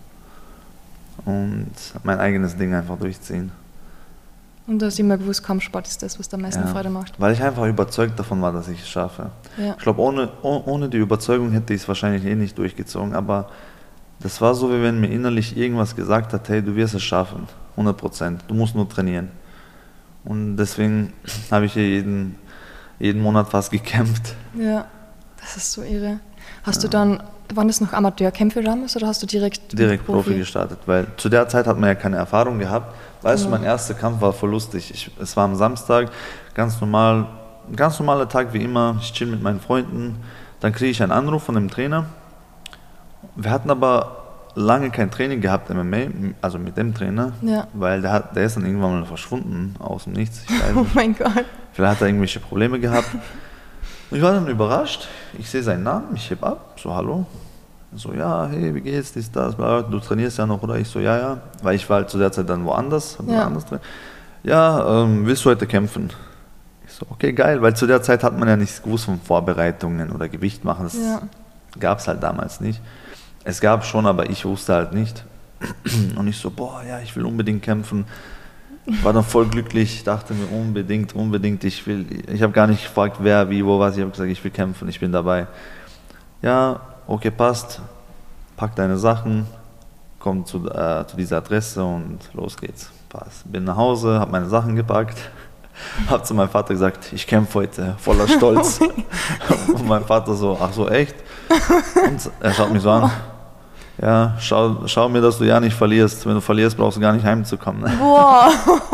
Und mein eigenes Ding einfach durchziehen. Und du hast immer gewusst, Kampfsport ist das, was dir am meisten Ja. Freude macht. Weil ich einfach überzeugt davon war, dass ich es schaffe. Ja. Ich glaube, ohne, oh- ohne die Überzeugung hätte ich es wahrscheinlich eh nicht durchgezogen, aber das war so, wie wenn mir innerlich irgendwas gesagt hat, hey, du wirst es schaffen, hundert Prozent, du musst nur trainieren. Und deswegen habe ich hier jeden, jeden Monat fast gekämpft. Ja. Das ist so irre. Hast du dann, waren das noch Amateurkämpfe damals oder hast du direkt Direkt Profi gestartet, weil zu der Zeit hat man ja keine Erfahrung gehabt. Weißt Genau. du, mein erster Kampf war voll lustig. Ich, es war am Samstag, ganz normal, ein ganz normaler Tag wie immer. Ich chill mit meinen Freunden. Dann kriege ich einen Anruf von dem Trainer. Wir hatten aber lange kein Training gehabt, M M A, also mit dem Trainer, Ja. weil der, hat, der ist dann irgendwann mal verschwunden aus dem Nichts. Ich weiß Oh nicht. mein Gott. Vielleicht hat er irgendwelche Probleme gehabt. Und ich war dann überrascht. Ich sehe seinen Namen, ich heb ab, so hallo. So, ja, hey, wie geht's, dies, das, bla, du trainierst ja noch, oder? Ich so, ja, ja. Weil ich war halt zu der Zeit dann woanders. hab Ja. woanders trainiert. Ja, ähm, willst du heute kämpfen? Ich so, okay, geil, weil zu der Zeit hat man ja nichts gewusst von Vorbereitungen oder Gewicht machen. Das Ja. gab es halt damals nicht. Es gab schon, aber ich wusste halt nicht. Und ich so, boah, ja, ich will unbedingt kämpfen. War dann voll glücklich, dachte mir unbedingt, unbedingt, ich will, ich habe gar nicht gefragt, wer, wie, wo, was, ich habe gesagt, ich will kämpfen, ich bin dabei. Ja, okay, passt, pack deine Sachen, komm zu, äh, zu dieser Adresse und los geht's. Passt. Bin nach Hause, habe meine Sachen gepackt, habe zu meinem Vater gesagt, ich kämpfe heute, voller Stolz. Und mein Vater so, ach so, echt? Und er schaut mich so an. Ja, schau, schau mir, dass du ja nicht verlierst. Wenn du verlierst, brauchst du gar nicht heimzukommen. Boah.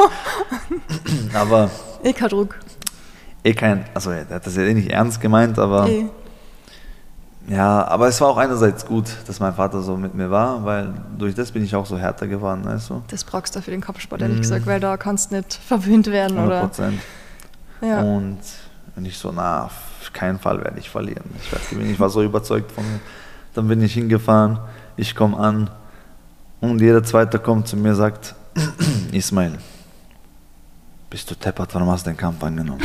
Aber Eh kein Druck. eh kein, also er hat das ja eh nicht ernst gemeint, aber Eh. Ja, aber es war auch einerseits gut, dass mein Vater so mit mir war, weil durch das bin ich auch so härter geworden, weißt du? Das brauchst du für den Kampfsport, ehrlich mm. gesagt, weil da kannst du nicht verwöhnt werden, hundert Prozent. Oder? Ja. Und ich so, na, auf keinen Fall werde ich verlieren. Ich werde gewinnen. Ich war so überzeugt von mir. Dann bin ich hingefahren, ich komme an und jeder Zweite kommt zu mir und sagt, Ismail, bist du teppert, warum hast du den Kampf angenommen?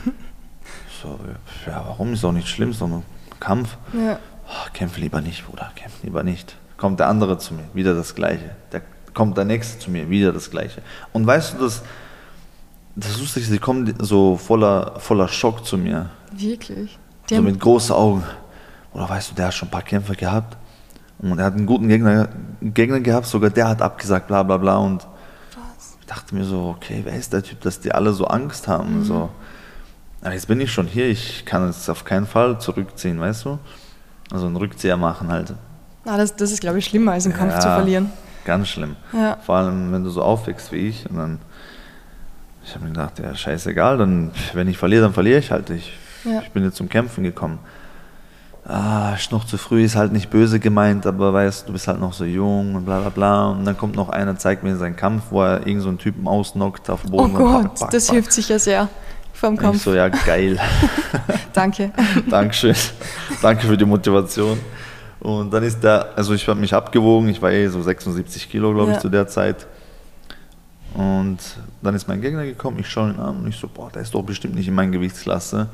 So, ja, warum? Ist auch nicht schlimm, sondern Kampf. Ja. Oh, kämpf lieber nicht, Bruder, kämpf lieber nicht. Kommt der andere zu mir, wieder das Gleiche. Der, kommt der Nächste zu mir, wieder das Gleiche. Und weißt du, das, das Lustige ist, sie kommen so voller, voller Schock zu mir. Wirklich? Die so mit großen Augen. Oder weißt du, der hat schon ein paar Kämpfe gehabt. Und er hat einen guten Gegner, Gegner gehabt, sogar der hat abgesagt, bla bla bla. Und was? Ich dachte mir so, okay, wer ist der Typ, dass die alle so Angst haben? Mhm. So. Aber jetzt bin ich schon hier, ich kann es auf keinen Fall zurückziehen, weißt du? Also einen Rückzieher machen halt. Ah, das, das ist, glaube ich, schlimmer, als einen Kampf ja, zu verlieren. Ganz schlimm. Ja. Vor allem, wenn du so aufwächst wie ich. Und dann, ich habe mir gedacht, ja, scheißegal, dann, wenn ich verliere, dann verliere ich halt. Ich, ja. ich bin jetzt zum Kämpfen gekommen. Ah, ist noch zu früh, ist halt nicht böse gemeint, aber weißt du, bist halt noch so jung und bla bla bla. Und dann kommt noch einer, zeigt mir seinen Kampf, wo er irgend so einen Typen ausnockt auf dem Boden. Oh Gott, pack, pack, das pack. Hilft sicher sehr. Vom Kampf. Ich so, ja, geil. Danke. Dankeschön. Danke für die Motivation. Und dann ist der, also ich habe mich abgewogen, ich war eh so sechsundsiebzig Kilo, glaube ja. ich, zu der Zeit. Und dann ist mein Gegner gekommen, ich schaue ihn an und ich so, boah, der ist doch bestimmt nicht in meiner Gewichtsklasse.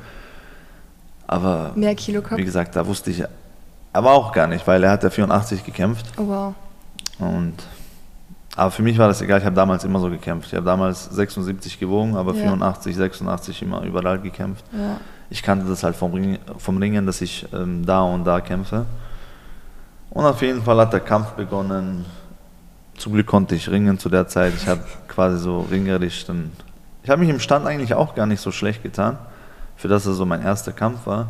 Aber, mehr Kilo gehabt? Wie gesagt, da wusste ich, er war auch gar nicht, weil er hat ja vierundachtzig gekämpft. Oh wow. Und aber für mich war das egal, ich habe damals immer so gekämpft. Ich habe damals sechsundsiebzig gewogen, aber ja. vierundachtzig, sechsundachtzig immer überall gekämpft. Ja. Ich kannte das halt vom, Ring, vom Ringen, dass ich ähm, da und da kämpfe. Und auf jeden Fall hat der Kampf begonnen. Zum Glück konnte ich ringen zu der Zeit. Ich habe quasi so ringerisch dann... Ich habe mich im Stand eigentlich auch gar nicht so schlecht getan, für das es so mein erster Kampf war.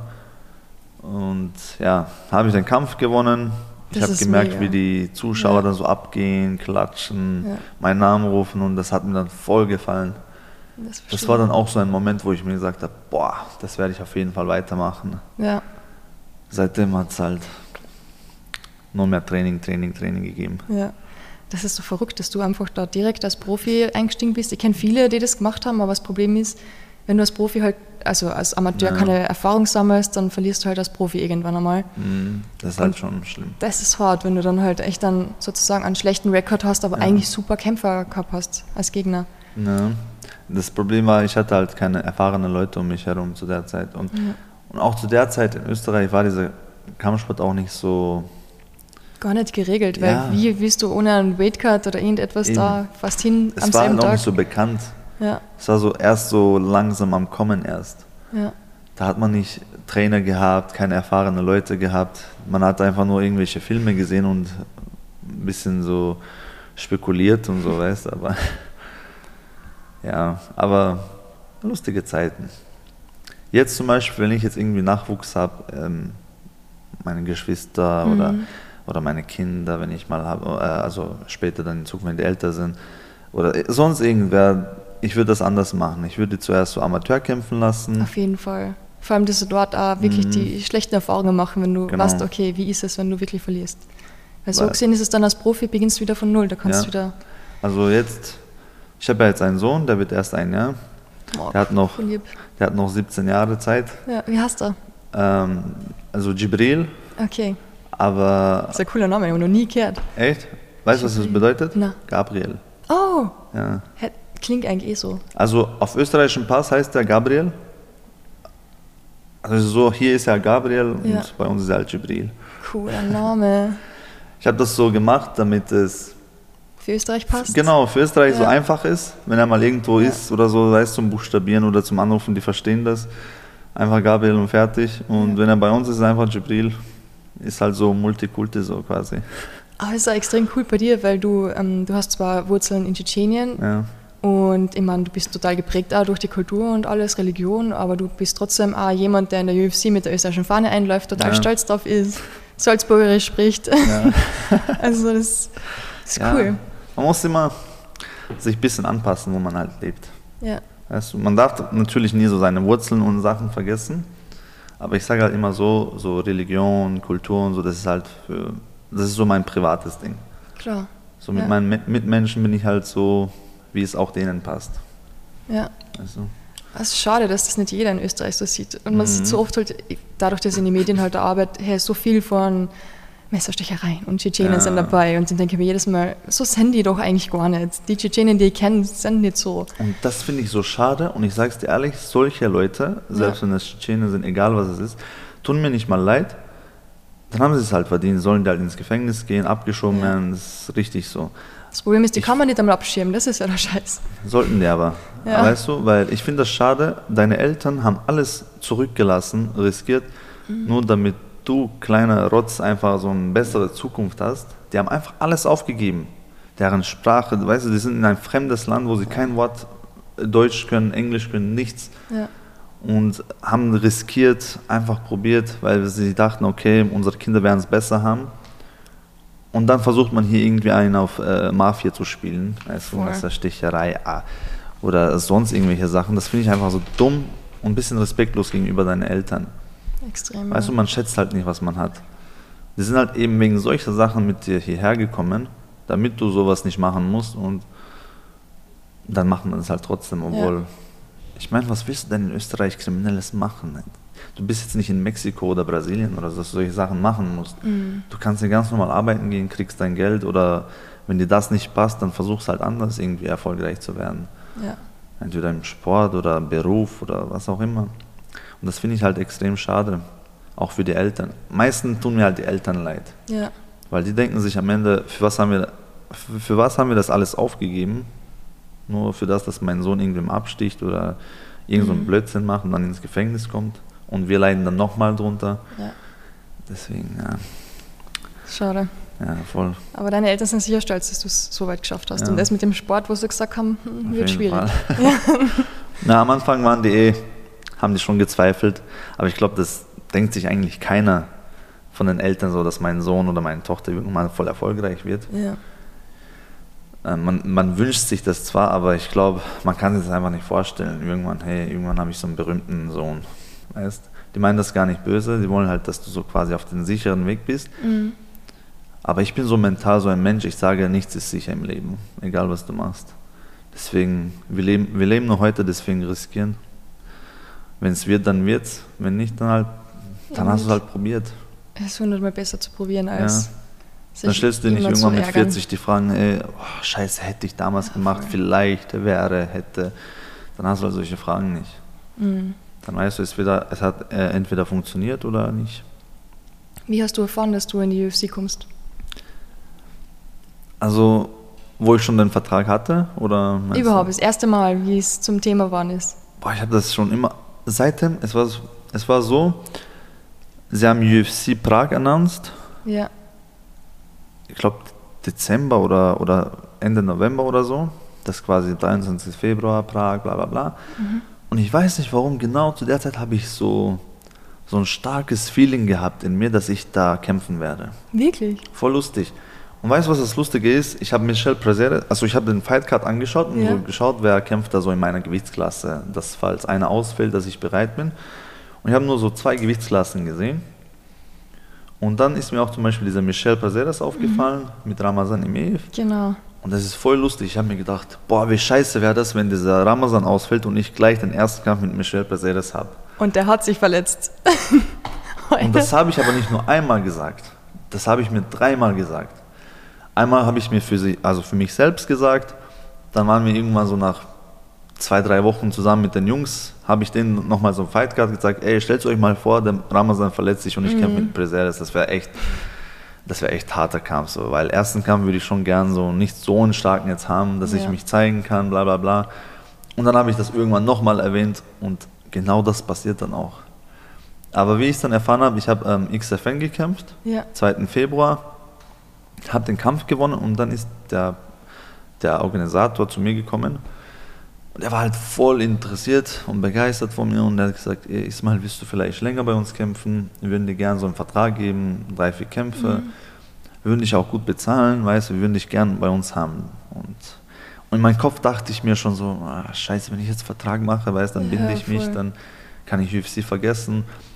Und ja, habe ich den Kampf gewonnen. Ich habe gemerkt, mega. Wie die Zuschauer ja. dann so abgehen, klatschen, ja. meinen Namen rufen und das hat mir dann voll gefallen. Das, das war dann auch so ein Moment, wo ich mir gesagt habe, boah, das werde ich auf jeden Fall weitermachen. Ja. Seitdem hat es halt nur mehr Training, Training, Training gegeben. Ja. Das ist so verrückt, dass du einfach da direkt als Profi eingestiegen bist. Ich kenne viele, die das gemacht haben, aber das Problem ist, wenn du als Profi halt, also als Amateur ja. keine Erfahrung sammelst, dann verlierst du halt als Profi irgendwann einmal. Das ist halt und schon schlimm. Das ist hart, wenn du dann halt echt dann sozusagen einen schlechten Rekord hast, aber ja. eigentlich super Kämpfer gehabt hast als Gegner. Ja. Das Problem war, ich hatte halt keine erfahrenen Leute um mich herum zu der Zeit. Und, ja. und auch zu der Zeit in Österreich war dieser Kampfsport auch nicht so... Gar nicht geregelt, weil ja. wie willst du ohne einen Weightcut oder irgendetwas Eben. da fast hin es am selben Tag? Es war noch nicht so bekannt. Ja. Es war so erst so langsam am Kommen erst. Ja. Da hat man nicht Trainer gehabt, keine erfahrenen Leute gehabt. Man hat einfach nur irgendwelche Filme gesehen und ein bisschen so spekuliert und so, weißt du. Aber ja, aber lustige Zeiten. Jetzt zum Beispiel, wenn ich jetzt irgendwie Nachwuchs habe, ähm, meine Geschwister mhm. oder, oder meine Kinder, wenn ich mal habe, äh, also später dann in Zukunft, wenn die älter sind, oder sonst irgendwer, ich würde das anders machen. Ich würde zuerst so Amateur kämpfen lassen. Auf jeden Fall. Vor allem, dass du dort auch wirklich mhm. die schlechten Erfahrungen machen, wenn du genau. weißt, okay, wie ist es, wenn du wirklich verlierst. Weil so Weil, gesehen ist es dann als Profi, beginnst du wieder von Null, da kannst ja. du wieder... Also jetzt, ich habe ja jetzt einen Sohn, der wird erst ein Jahr. Oh, der, hat noch, der hat noch siebzehn Jahre Zeit. Ja, wie heißt er? Ähm, also Jibril. Okay. Aber... Das ist ein cooler Name, ich habe noch nie gehört. Echt? Weißt du, was das bedeutet? Na. Gabriel. Oh! Ja. Klingt eigentlich eh so. Also auf österreichischen Pass heißt der Gabriel. Also so, hier ist er Gabriel ja. und bei uns ist er halt Jibril. Cooler Name. Ich habe das so gemacht, damit es... Für Österreich passt? Genau, für Österreich ja. so einfach ist. Wenn er mal irgendwo ja. ist oder so, sei es zum Buchstabieren oder zum Anrufen, die verstehen das. Einfach Gabriel und fertig. Und ja. wenn er bei uns ist, ist einfach Jibril. Ist halt so Multikulti so quasi. Aber es ist auch extrem cool bei dir, weil du, ähm, du hast zwar Wurzeln in Tschetschenien, ja. und ich meine, du bist total geprägt auch durch die Kultur und alles, Religion, aber du bist trotzdem auch jemand, der in der U F C mit der österreichischen Fahne einläuft, total ja. stolz drauf ist, Salzburgerisch spricht. Ja. Also das ist ja. cool. Man muss immer sich ein bisschen anpassen, wo man halt lebt. Ja. Weißt du, man darf natürlich nie so seine Wurzeln und Sachen vergessen, Aber ich sage halt immer so, so Religion, Kultur und so, das ist halt für, das ist so mein privates Ding. Klar. So mit ja. meinen Mitmenschen bin ich halt so, wie es auch denen passt. Ja. Also. Es ist schade, dass das nicht jeder in Österreich so sieht. Und man mhm. sieht so oft halt, dadurch, dass ich in den Medien halt arbeite, hey, so viel von Messerstechereien und Tschetschenen ja. sind dabei. Und dann denke ich mir jedes Mal, so sind die doch eigentlich gar nicht. Die Tschetschenen, die ich kenne, sind nicht so. Und das finde ich so schade. Und ich sage es dir ehrlich, solche Leute, selbst ja. wenn das Tschetschenen sind, egal was es ist, tun mir nicht mal leid. Dann haben sie es halt verdient, sollen die halt ins Gefängnis gehen, abgeschoben werden, ja. das ist richtig so. Das Problem ist, die ich, kann man nicht einmal abschirmen, das ist ja der Scheiß. Sollten die aber, ja. weißt du, weil ich finde das schade, deine Eltern haben alles zurückgelassen, riskiert, mhm. nur damit du, kleiner Rotz, einfach so eine bessere Zukunft hast. Die haben einfach alles aufgegeben, deren Sprache, weißt du, die sind in ein fremdes Land, wo sie kein Wort Deutsch können, Englisch können, nichts. Ja. Und haben riskiert, einfach probiert, weil sie dachten, okay, unsere Kinder werden es besser haben. Und dann versucht man hier irgendwie einen auf äh, Mafia zu spielen, also Messerstecherei oder sonst irgendwelche Sachen. Das finde ich einfach so dumm und ein bisschen respektlos gegenüber deinen Eltern. Extrem. Weißt du, man schätzt halt nicht, was man hat. Die sind halt eben wegen solcher Sachen mit dir hierher gekommen, damit du sowas nicht machen musst, und dann machen wir es halt trotzdem, obwohl... Ja. Ich meine, was willst du denn in Österreich Kriminelles machen? Du bist jetzt nicht in Mexiko oder Brasilien oder so, dass du solche Sachen machen musst. Mhm. Du kannst hier ganz normal arbeiten gehen, kriegst dein Geld, oder wenn dir das nicht passt, dann versuchst halt anders irgendwie erfolgreich zu werden. Ja. Entweder im Sport oder Beruf oder was auch immer. Und das finde ich halt extrem schade, auch für die Eltern. Meistens tun mir halt die Eltern leid. Ja. Weil die denken sich am Ende, für was haben wir, für, für was haben wir das alles aufgegeben? Nur für das, dass mein Sohn irgendwem absticht oder irgend so einen mhm. Blödsinn macht und dann ins Gefängnis kommt. Und wir leiden dann nochmal drunter. Ja. Deswegen, ja. Schade. Ja, voll. Aber deine Eltern sind sicher stolz, dass du es so weit geschafft hast. Ja. Und das mit dem Sport, wo sie gesagt haben, hm, wird schwierig. Ja. Na, am Anfang waren die eh, haben die schon gezweifelt. Aber ich glaube, das denkt sich eigentlich keiner von den Eltern so, dass mein Sohn oder meine Tochter irgendwann voll erfolgreich wird. Ja. Man, man wünscht sich das zwar, aber ich glaube, man kann sich das einfach nicht vorstellen. Irgendwann, hey, irgendwann habe ich so einen berühmten Sohn. Weißt? Die meinen das gar nicht böse, die wollen halt, dass du so quasi auf den sicheren Weg bist. Mhm. Aber ich bin so mental so ein Mensch, ich sage, nichts ist sicher im Leben, egal was du machst. Deswegen, wir leben, wir leben nur heute, deswegen riskieren. Wenn es wird, dann wird's. Wenn nicht, dann halt, dann ja, hast du es halt probiert. Es ist hundertmal besser zu probieren als... Ja. Dann stellst du dir nicht irgendwann mit vierzig die Fragen, ey, oh, scheiße, hätte ich damals ja, gemacht, voll. Vielleicht, wäre, hätte. Dann hast du halt solche Fragen nicht. Mhm. Dann weißt du, es, wieder, es hat äh, entweder funktioniert oder nicht. Wie hast du erfahren, dass du in die U F C kommst? Also, wo ich schon den Vertrag hatte? Oder Überhaupt, du? Das erste Mal, wie es zum Thema geworden ist. Boah, ich habe das schon immer, seitdem, es war, es war so, sie haben U F C Prag announced. Ja. Ich glaube Dezember oder, oder Ende November oder so, das ist quasi dreiundzwanzigsten Februar, Prag, bla bla bla. Mhm. Und ich weiß nicht warum, genau zu der Zeit habe ich so, so ein starkes Feeling gehabt in mir, dass ich da kämpfen werde. Wirklich? Voll lustig. Und weißt du, was das Lustige ist? Ich habe Michel Prazeres, also ich habe den Fightcard angeschaut und ja. so geschaut, wer kämpft da so in meiner Gewichtsklasse, dass falls einer ausfällt, dass ich bereit bin. Und ich habe nur so zwei Gewichtsklassen gesehen. Und dann ist mir auch zum Beispiel dieser Michel Prazeres aufgefallen, mhm. mit Ramazan Imeev. Genau. Und das ist voll lustig. Ich habe mir gedacht, boah, wie scheiße wäre das, wenn dieser Ramazan ausfällt und ich gleich den ersten Kampf mit Michel Prazeres habe. Und der hat sich verletzt. Und das habe ich aber nicht nur einmal gesagt. Das habe ich mir dreimal gesagt. Einmal habe ich mir für sie, also für mich selbst gesagt, dann waren wir irgendwann so nach zwei, drei Wochen zusammen mit den Jungs, habe ich denen nochmal so ein Fightcard gesagt, ey, stellt euch mal vor, der Ramazan verletzt sich und ich mhm. kämpfe mit Prazeres, das wäre echt, das wäre echt harter Kampf, so, weil ersten Kampf würde ich schon gern so nicht so einen starken jetzt haben, dass ja. ich mich zeigen kann, bla bla bla. Und dann habe ich das irgendwann nochmal erwähnt und genau das passiert dann auch. Aber wie ich es dann erfahren habe, ich habe ähm, X F N gekämpft, ja. zweiten Februar, habe den Kampf gewonnen und dann ist der, der Organisator zu mir gekommen. Und er war halt voll interessiert und begeistert von mir und er hat gesagt, ey, Ismail, willst du vielleicht länger bei uns kämpfen? Wir würden dir gerne so einen Vertrag geben, drei, vier Kämpfe. Mhm. Wir würden dich auch gut bezahlen, weißt du, wir würden dich gerne bei uns haben. Und, und in meinem Kopf dachte ich mir schon so, ah, scheiße, wenn ich jetzt einen Vertrag mache, weißt, dann binde ja, ich mich, voll. Dann kann ich U F C vergessen.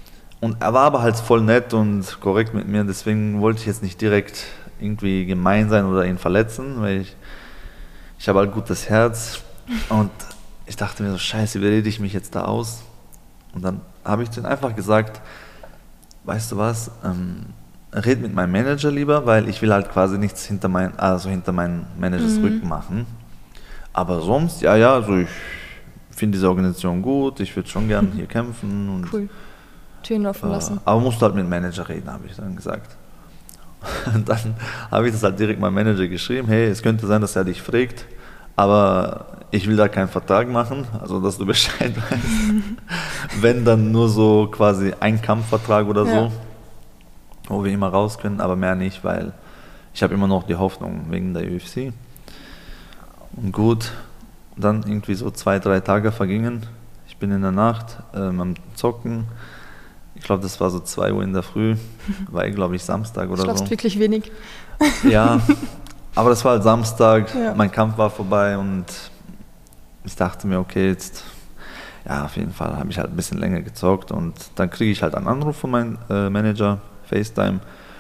Und er war aber halt voll nett und korrekt mit mir, deswegen wollte ich jetzt nicht direkt irgendwie gemein sein oder ihn verletzen, weil ich, ich habe halt gutes Herz und ich dachte mir so, scheiße, wie rede ich mich jetzt da aus? Und dann habe ich denen einfach gesagt, weißt du was, ähm, red mit meinem Manager lieber, weil ich will halt quasi nichts hinter, mein, also hinter meinen Managers mhm. Rücken machen. Aber sonst, ja, ja, also ich finde diese Organisation gut, ich würde schon gerne hier kämpfen. Und, cool. Türen offen lassen. Äh, aber musst du halt mit dem Manager reden, habe ich dann gesagt. Und dann habe ich das halt direkt meinem Manager geschrieben, hey, es könnte sein, dass er dich fragt, aber ich will da keinen Vertrag machen, also dass du Bescheid weißt. Wenn, dann nur so quasi ein Kampfvertrag oder ja. so, wo wir immer raus können, aber mehr nicht, weil ich habe immer noch die Hoffnung wegen der U F C. Und gut, dann irgendwie so zwei, drei Tage vergingen. Ich bin in der Nacht ähm, am Zocken. Ich glaube, das war so zwei Uhr in der Früh, war glaube ich Samstag oder so. Du schlafst wirklich wenig. Ja, aber das war halt Samstag, ja. mein Kampf war vorbei und ich dachte mir, okay, jetzt, ja, auf jeden Fall habe ich halt ein bisschen länger gezockt und dann kriege ich halt einen Anruf von meinem äh, Manager, FaceTime.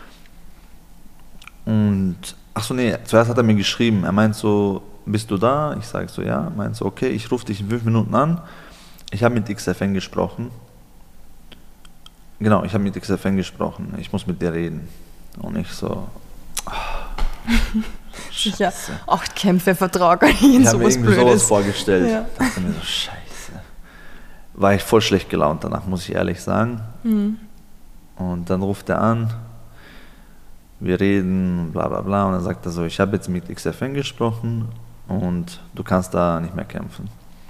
Und, ach so, nee, zuerst hat er mir geschrieben, er meint so, bist du da? Ich sage so, ja, er meint so, okay, ich rufe dich in fünf Minuten an. Ich habe mit X F N gesprochen. Genau, ich habe mit X F N gesprochen, ich muss mit dir reden. Und ich so, sicher, acht Kämpfe Vertrag. Ich habe mir irgendwie sowas vorgestellt. Ja. Ich dachte mir so, scheiße. War ich voll schlecht gelaunt danach, muss ich ehrlich sagen. Mhm. Und dann ruft er an, wir reden, bla bla bla. Und dann sagt er so, ich habe jetzt mit X F N gesprochen und du kannst da nicht mehr kämpfen.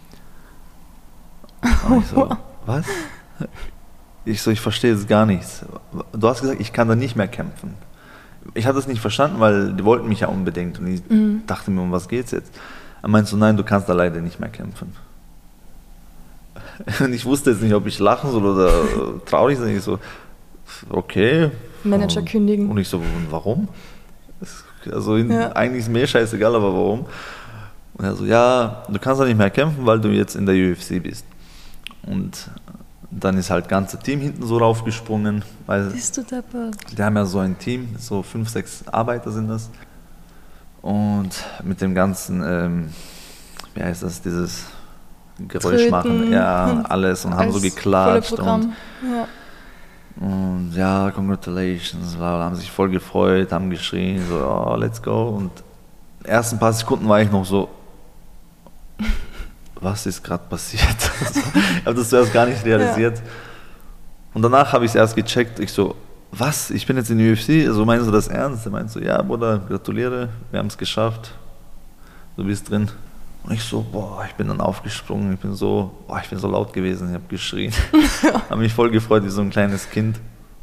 Und ich so, was? Ich so, ich verstehe jetzt gar nichts. Du hast gesagt, ich kann da nicht mehr kämpfen. Ich habe das nicht verstanden, weil die wollten mich ja unbedingt. Und ich mhm. dachte mir, um was geht's jetzt? Er meinte so, nein, du kannst da leider nicht mehr kämpfen. Und ich wusste jetzt nicht, ob ich lachen soll oder traurig sein. Ich so, okay. Manager und, kündigen. Und ich so, warum? Also ja. Eigentlich ist mir scheißegal, aber warum? Und er so, ja, du kannst da nicht mehr kämpfen, weil du jetzt in der U F C bist. Und dann ist halt das ganze Team hinten so raufgesprungen. Weil bist du deppert? Die haben ja so ein Team, so fünf, sechs Arbeiter sind das. Und mit dem ganzen, ähm, wie heißt das, dieses Geräusch Tröten, machen, ja, alles und haben so geklatscht. Und, ja. und ja, congratulations, haben sich voll gefreut, haben geschrien, so, oh, let's go. Und die ersten paar Sekunden war ich noch so, was ist gerade passiert? Ich habe das zuerst gar nicht realisiert. Ja. Und danach habe ich es erst gecheckt. Ich so, was? Ich bin jetzt in der U F C? Also meinst du das ernst? Er meint so, ja, Bruder, gratuliere, wir haben es geschafft. Du bist drin. Und ich so, boah, ich bin dann aufgesprungen. Ich bin so, boah, ich bin so laut gewesen. Ich habe geschrien. Habe mich voll gefreut wie so ein kleines Kind.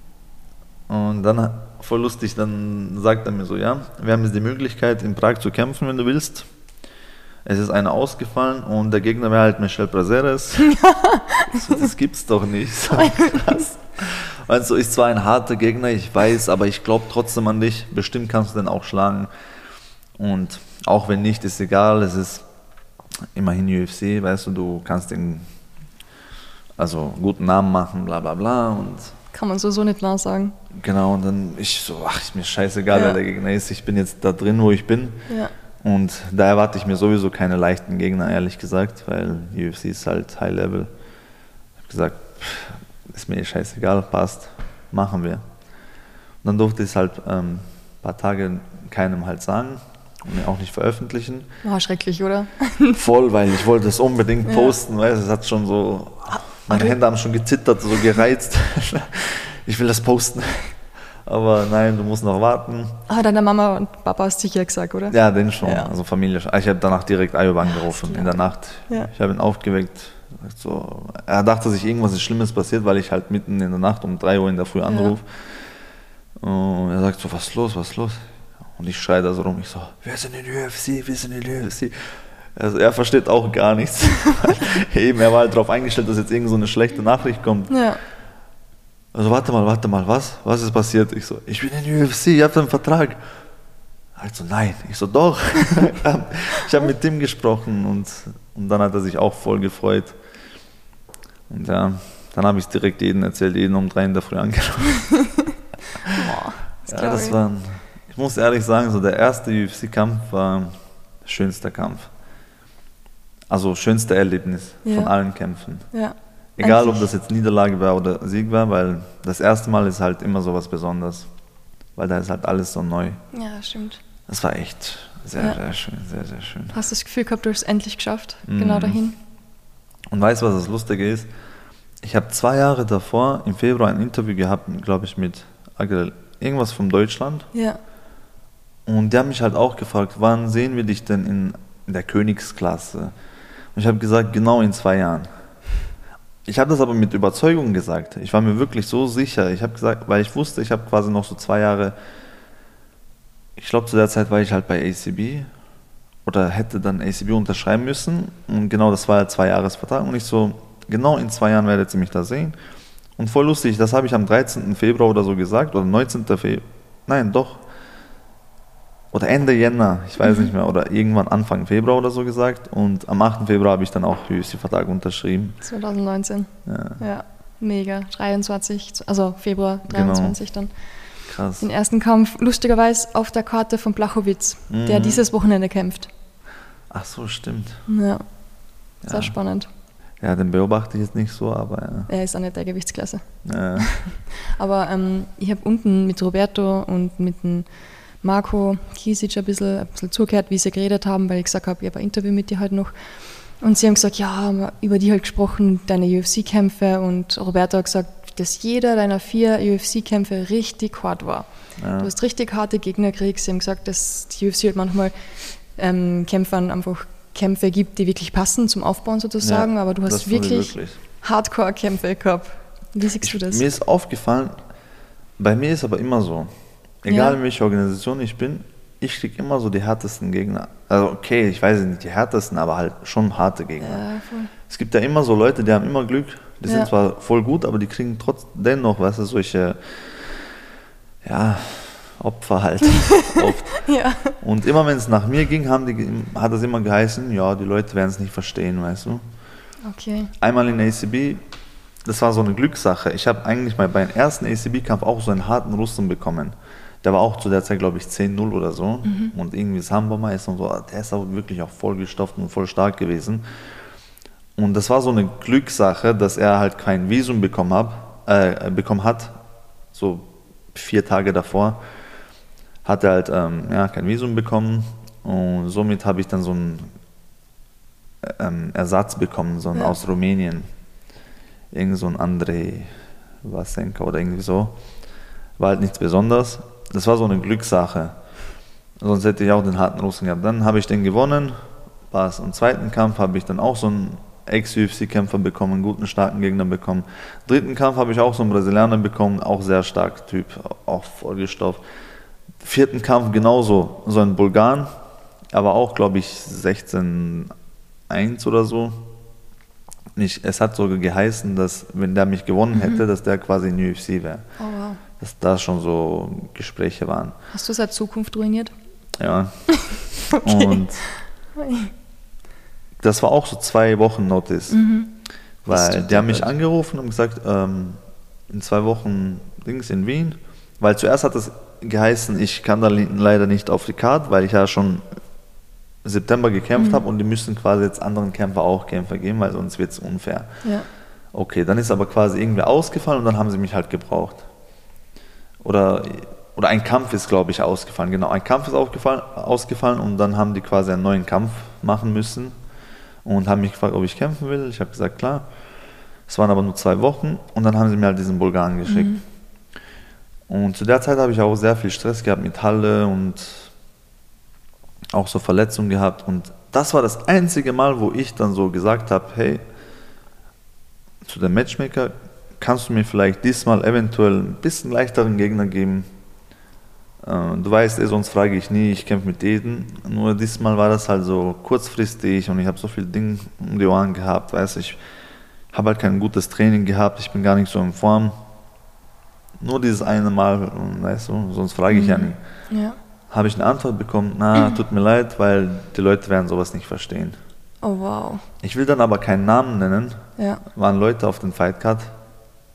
Und dann, voll lustig, dann sagt er mir so, ja, wir haben jetzt die Möglichkeit, in Prag zu kämpfen, wenn du willst. Es ist einer ausgefallen und der Gegner wäre halt Michel Prazeres. So, das gibt's doch nicht. So krass. Also ist zwar ein harter Gegner, ich weiß, aber ich glaube trotzdem an dich. Bestimmt kannst du den auch schlagen. Und auch wenn nicht, ist egal. Es ist immerhin U F C, weißt du, du kannst den also guten Namen machen, bla bla bla. Und kann man so so nicht nah sagen. Genau, und dann ich so, ach, ist mir scheißegal, ja. wer der Gegner ist. Ich bin jetzt da drin, wo ich bin. Ja. Und da erwarte ich mir sowieso keine leichten Gegner, ehrlich gesagt, weil U F C ist halt High Level. Ich habe gesagt, pff, ist mir scheißegal, passt, machen wir. Und dann durfte ich es halt ähm, ein paar Tage keinem halt sagen und auch nicht veröffentlichen. War schrecklich, oder? Voll, weil ich wollte es unbedingt ja. posten, weißt du, es hat schon so, meine Hände haben schon gezittert, so gereizt. Ich will das posten. Aber nein, du musst noch warten. Ah, deine Mama und Papa hast sicher gesagt, oder? Ja, den schon. Ja. Also Familie. Ich habe danach direkt Ayub angerufen in der Nacht. Ja. Ich habe ihn aufgeweckt. So, er dachte sich, irgendwas ist Schlimmes passiert, weil ich halt mitten in der Nacht um drei Uhr in der Früh anrufe. Ja. Und er sagt so, was ist los, was ist los? Und ich schreie da so rum. Ich so, wir sind in der U F C, wir sind in der U F C. Also er versteht auch gar nichts. Eben, er war halt darauf eingestellt, dass jetzt irgend so eine schlechte Nachricht kommt. Ja. Also warte mal, warte mal, was? Was ist passiert? Ich so, ich bin in der U F C, ich habe einen Vertrag. Also nein. Ich so, doch. Ich habe mit dem gesprochen und, und dann hat er sich auch voll gefreut. Und ja, Dann habe ich es direkt jedem erzählt, jeden um drei in der Früh angerufen. Boah, das ja, das ich. war, ein, ich muss ehrlich sagen, so der erste U F C-Kampf war schönster Kampf. Also schönste Erlebnis Ja. von allen Kämpfen. Ja. Egal, Eigentlich- ob das jetzt Niederlage war oder Sieg war, weil das erste Mal ist halt immer so was Besonderes. Weil da ist halt alles so neu. Ja, stimmt. Das war echt sehr, Ja. sehr schön, sehr, sehr schön. Hast du das Gefühl gehabt, du hast es endlich geschafft? Mhm. Genau dahin? Und weißt du, was das Lustige ist? Ich habe zwei Jahre davor im Februar ein Interview gehabt, glaube ich, mit Agrel, irgendwas von Deutschland. Ja. Und die haben mich halt auch gefragt, wann sehen wir dich denn in, in der Königsklasse? Und ich habe gesagt, genau in zwei Jahren. Ich habe das aber mit Überzeugung gesagt. Ich war mir wirklich so sicher. Ich habe gesagt, weil ich wusste, ich habe quasi noch so zwei Jahre, ich glaube zu der Zeit war ich halt bei A C B oder hätte dann A C B unterschreiben müssen. Und genau das war ja zwei Jahresvertrag. Und ich so, genau in zwei Jahren werdet ihr mich da sehen. Und voll lustig, das habe ich am dreizehnten Februar oder so gesagt, oder neunzehnten Februar, nein, doch, oder Ende Jänner, ich weiß Mhm. nicht mehr, oder irgendwann Anfang Februar oder so gesagt. Und am achten Februar habe ich dann auch U F C-Vertrag unterschrieben. zwanzig neunzehn. Ja, Ja. Mega. dreiundzwanzig, also Februar dreiundzwanzig dann. krass. Den ersten Kampf, lustigerweise, auf der Karte von Blachowicz, der Mhm. dieses Wochenende kämpft. Ach so, stimmt. Ja. Sehr Ja. spannend. Ja, den beobachte ich jetzt nicht so, aber Er ist auch nicht der Gewichtsklasse. ja. Aber ähm, ich habe unten mit Roberto und mit dem Marco Kisic ein bisschen, ein bisschen zugehört, wie sie geredet haben, weil ich gesagt habe, ich habe ein Interview mit dir heute noch. Und sie haben gesagt, ja, haben wir über die halt gesprochen, deine U F C-Kämpfe. Und Roberto hat gesagt, dass jeder deiner vier U F C-Kämpfe richtig hart war. Ja. Du hast richtig harte Gegner gekriegt. Sie haben gesagt, dass die U F C halt manchmal ähm, Kämpfern einfach Kämpfe gibt, die wirklich passen zum Aufbauen sozusagen. Ja, aber du das hast tun die wirklich, wirklich. Hardcore-Kämpfe gehabt. Wie siehst du das? Mir ist aufgefallen, bei mir ist aber immer so, egal Ja. in welcher Organisation ich bin, ich kriege immer so die härtesten Gegner. Also okay, ich weiß nicht die härtesten, aber halt schon harte Gegner. Ja, voll. Es gibt ja immer so Leute, die haben immer Glück, die Ja. sind zwar voll gut, aber die kriegen trotzdem dennoch, weißt du, solche, ja, Opfer halt oft. Ja. Und immer wenn es nach mir ging, haben die, hat es immer geheißen, ja, die Leute werden es nicht verstehen, weißt du. Okay. Einmal in A C B, das war so eine Glückssache. Ich habe eigentlich mal beim ersten A C B-Kampf auch so einen harten Russen bekommen. Der war auch zu der Zeit, glaube ich, zehn null oder so. Mhm. Und irgendwie Samba-Meister und so. Der ist auch wirklich auch voll gestofft und voll stark gewesen. Und das war so eine Glückssache, dass er halt kein Visum bekommen, hab, äh, bekommen hat. So vier Tage davor hat er halt ähm, ja, kein Visum bekommen. Und somit habe ich dann so einen ähm, Ersatz bekommen, so einen Ja. aus Rumänien. Irgend so ein Andrei Vasenka oder irgendwie so. War halt nichts Besonderes. Das war so eine Glückssache. Sonst hätte ich auch den harten Russen gehabt. Dann habe ich den gewonnen. War es im zweiten Kampf, habe ich dann auch so einen Ex-U F C-Kämpfer bekommen, einen guten, starken Gegner bekommen. Dritten Kampf habe ich auch so einen Brasilianer bekommen, auch sehr stark Typ, auch vollgestopft. Vierten Kampf genauso, so ein Bulgaren, aber auch, glaube ich, sechzehn eins oder so. Ich, es hat sogar geheißen, dass, wenn der mich gewonnen hätte, dass der quasi in U F C wäre. Oh wow. Dass da schon so Gespräche waren. Hast du seine Zukunft ruiniert? Ja. Okay. Und das war auch so zwei Wochen Notice. Mhm. Das Weil tut die haben dir mich leid. angerufen und gesagt, ähm, in zwei Wochen Dings in Wien. Weil zuerst hat es geheißen, ich kann da li- leider nicht auf die Karte, weil ich ja schon September gekämpft Mhm. habe und die müssen quasi jetzt anderen Kämpfer auch Kämpfer geben, weil sonst wird es unfair. Ja. Okay, dann ist aber quasi irgendwie ausgefallen und dann haben sie mich halt gebraucht. Oder, oder ein Kampf ist, glaube ich, ausgefallen. Genau, ein Kampf ist aufgefallen, ausgefallen und dann haben die quasi einen neuen Kampf machen müssen und haben mich gefragt, ob ich kämpfen will. Ich habe gesagt, klar. Es waren aber nur zwei Wochen und dann haben sie mir halt diesen Bulgaren geschickt. Mhm. Und zu der Zeit habe ich auch sehr viel Stress gehabt mit Halle und auch so Verletzungen gehabt. Und das war das einzige Mal, wo ich dann so gesagt habe, hey, zu dem Matchmaker, kannst du mir vielleicht diesmal eventuell ein bisschen leichteren Gegner geben? Äh, du weißt, eh, sonst frage ich nie, ich kämpfe mit jedem. Nur diesmal war das halt so kurzfristig und ich habe so viel Dinge um die Ohren gehabt, weißt du, ich habe halt kein gutes Training gehabt, ich bin gar nicht so in Form. Nur dieses eine Mal, weißt du, sonst frage ich ja nie. Ja. Habe ich eine Antwort bekommen, na, tut mir leid, weil die Leute werden sowas nicht verstehen. Oh wow. Ich will dann aber keinen Namen nennen, Ja. waren Leute auf den Fightcard,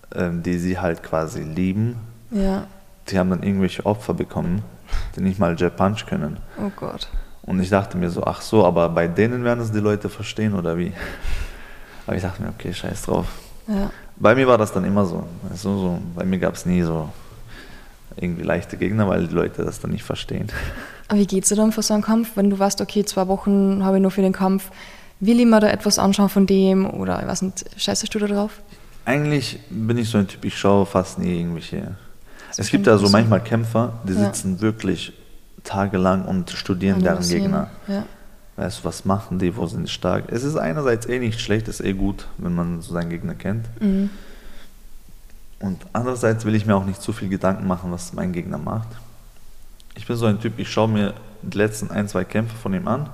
ähm, die sie halt quasi lieben, Ja. die haben dann irgendwelche Opfer bekommen, die nicht mal Jab Punch können. Oh Gott. Und ich dachte mir so, ach so, aber bei denen werden es die Leute verstehen oder wie? Aber ich dachte mir, okay, scheiß drauf. Ja. Bei mir war das dann immer so. Also so bei mir gab es nie so irgendwie leichte Gegner, weil die Leute das dann nicht verstehen. Aber wie geht's dir dann vor so einem Kampf, wenn du weißt, okay, zwei Wochen habe ich nur für den Kampf, will ich mir da etwas anschauen von dem oder ich weiß nicht, scheißest du da drauf? Eigentlich bin ich so ein Typ, ich schaue fast nie irgendwelche. Das Es gibt ja so so. manchmal Kämpfer, die Ja. sitzen wirklich tagelang und studieren deren Analysieren. Gegner. Ja. Weißt du, was machen die, wo sind die stark? Es ist einerseits eh nicht schlecht, ist eh gut, wenn man so seinen Gegner kennt. Mhm. Und andererseits will ich mir auch nicht zu viel Gedanken machen, was mein Gegner macht. Ich bin so ein Typ, ich schaue mir die letzten ein, zwei Kämpfe von ihm an.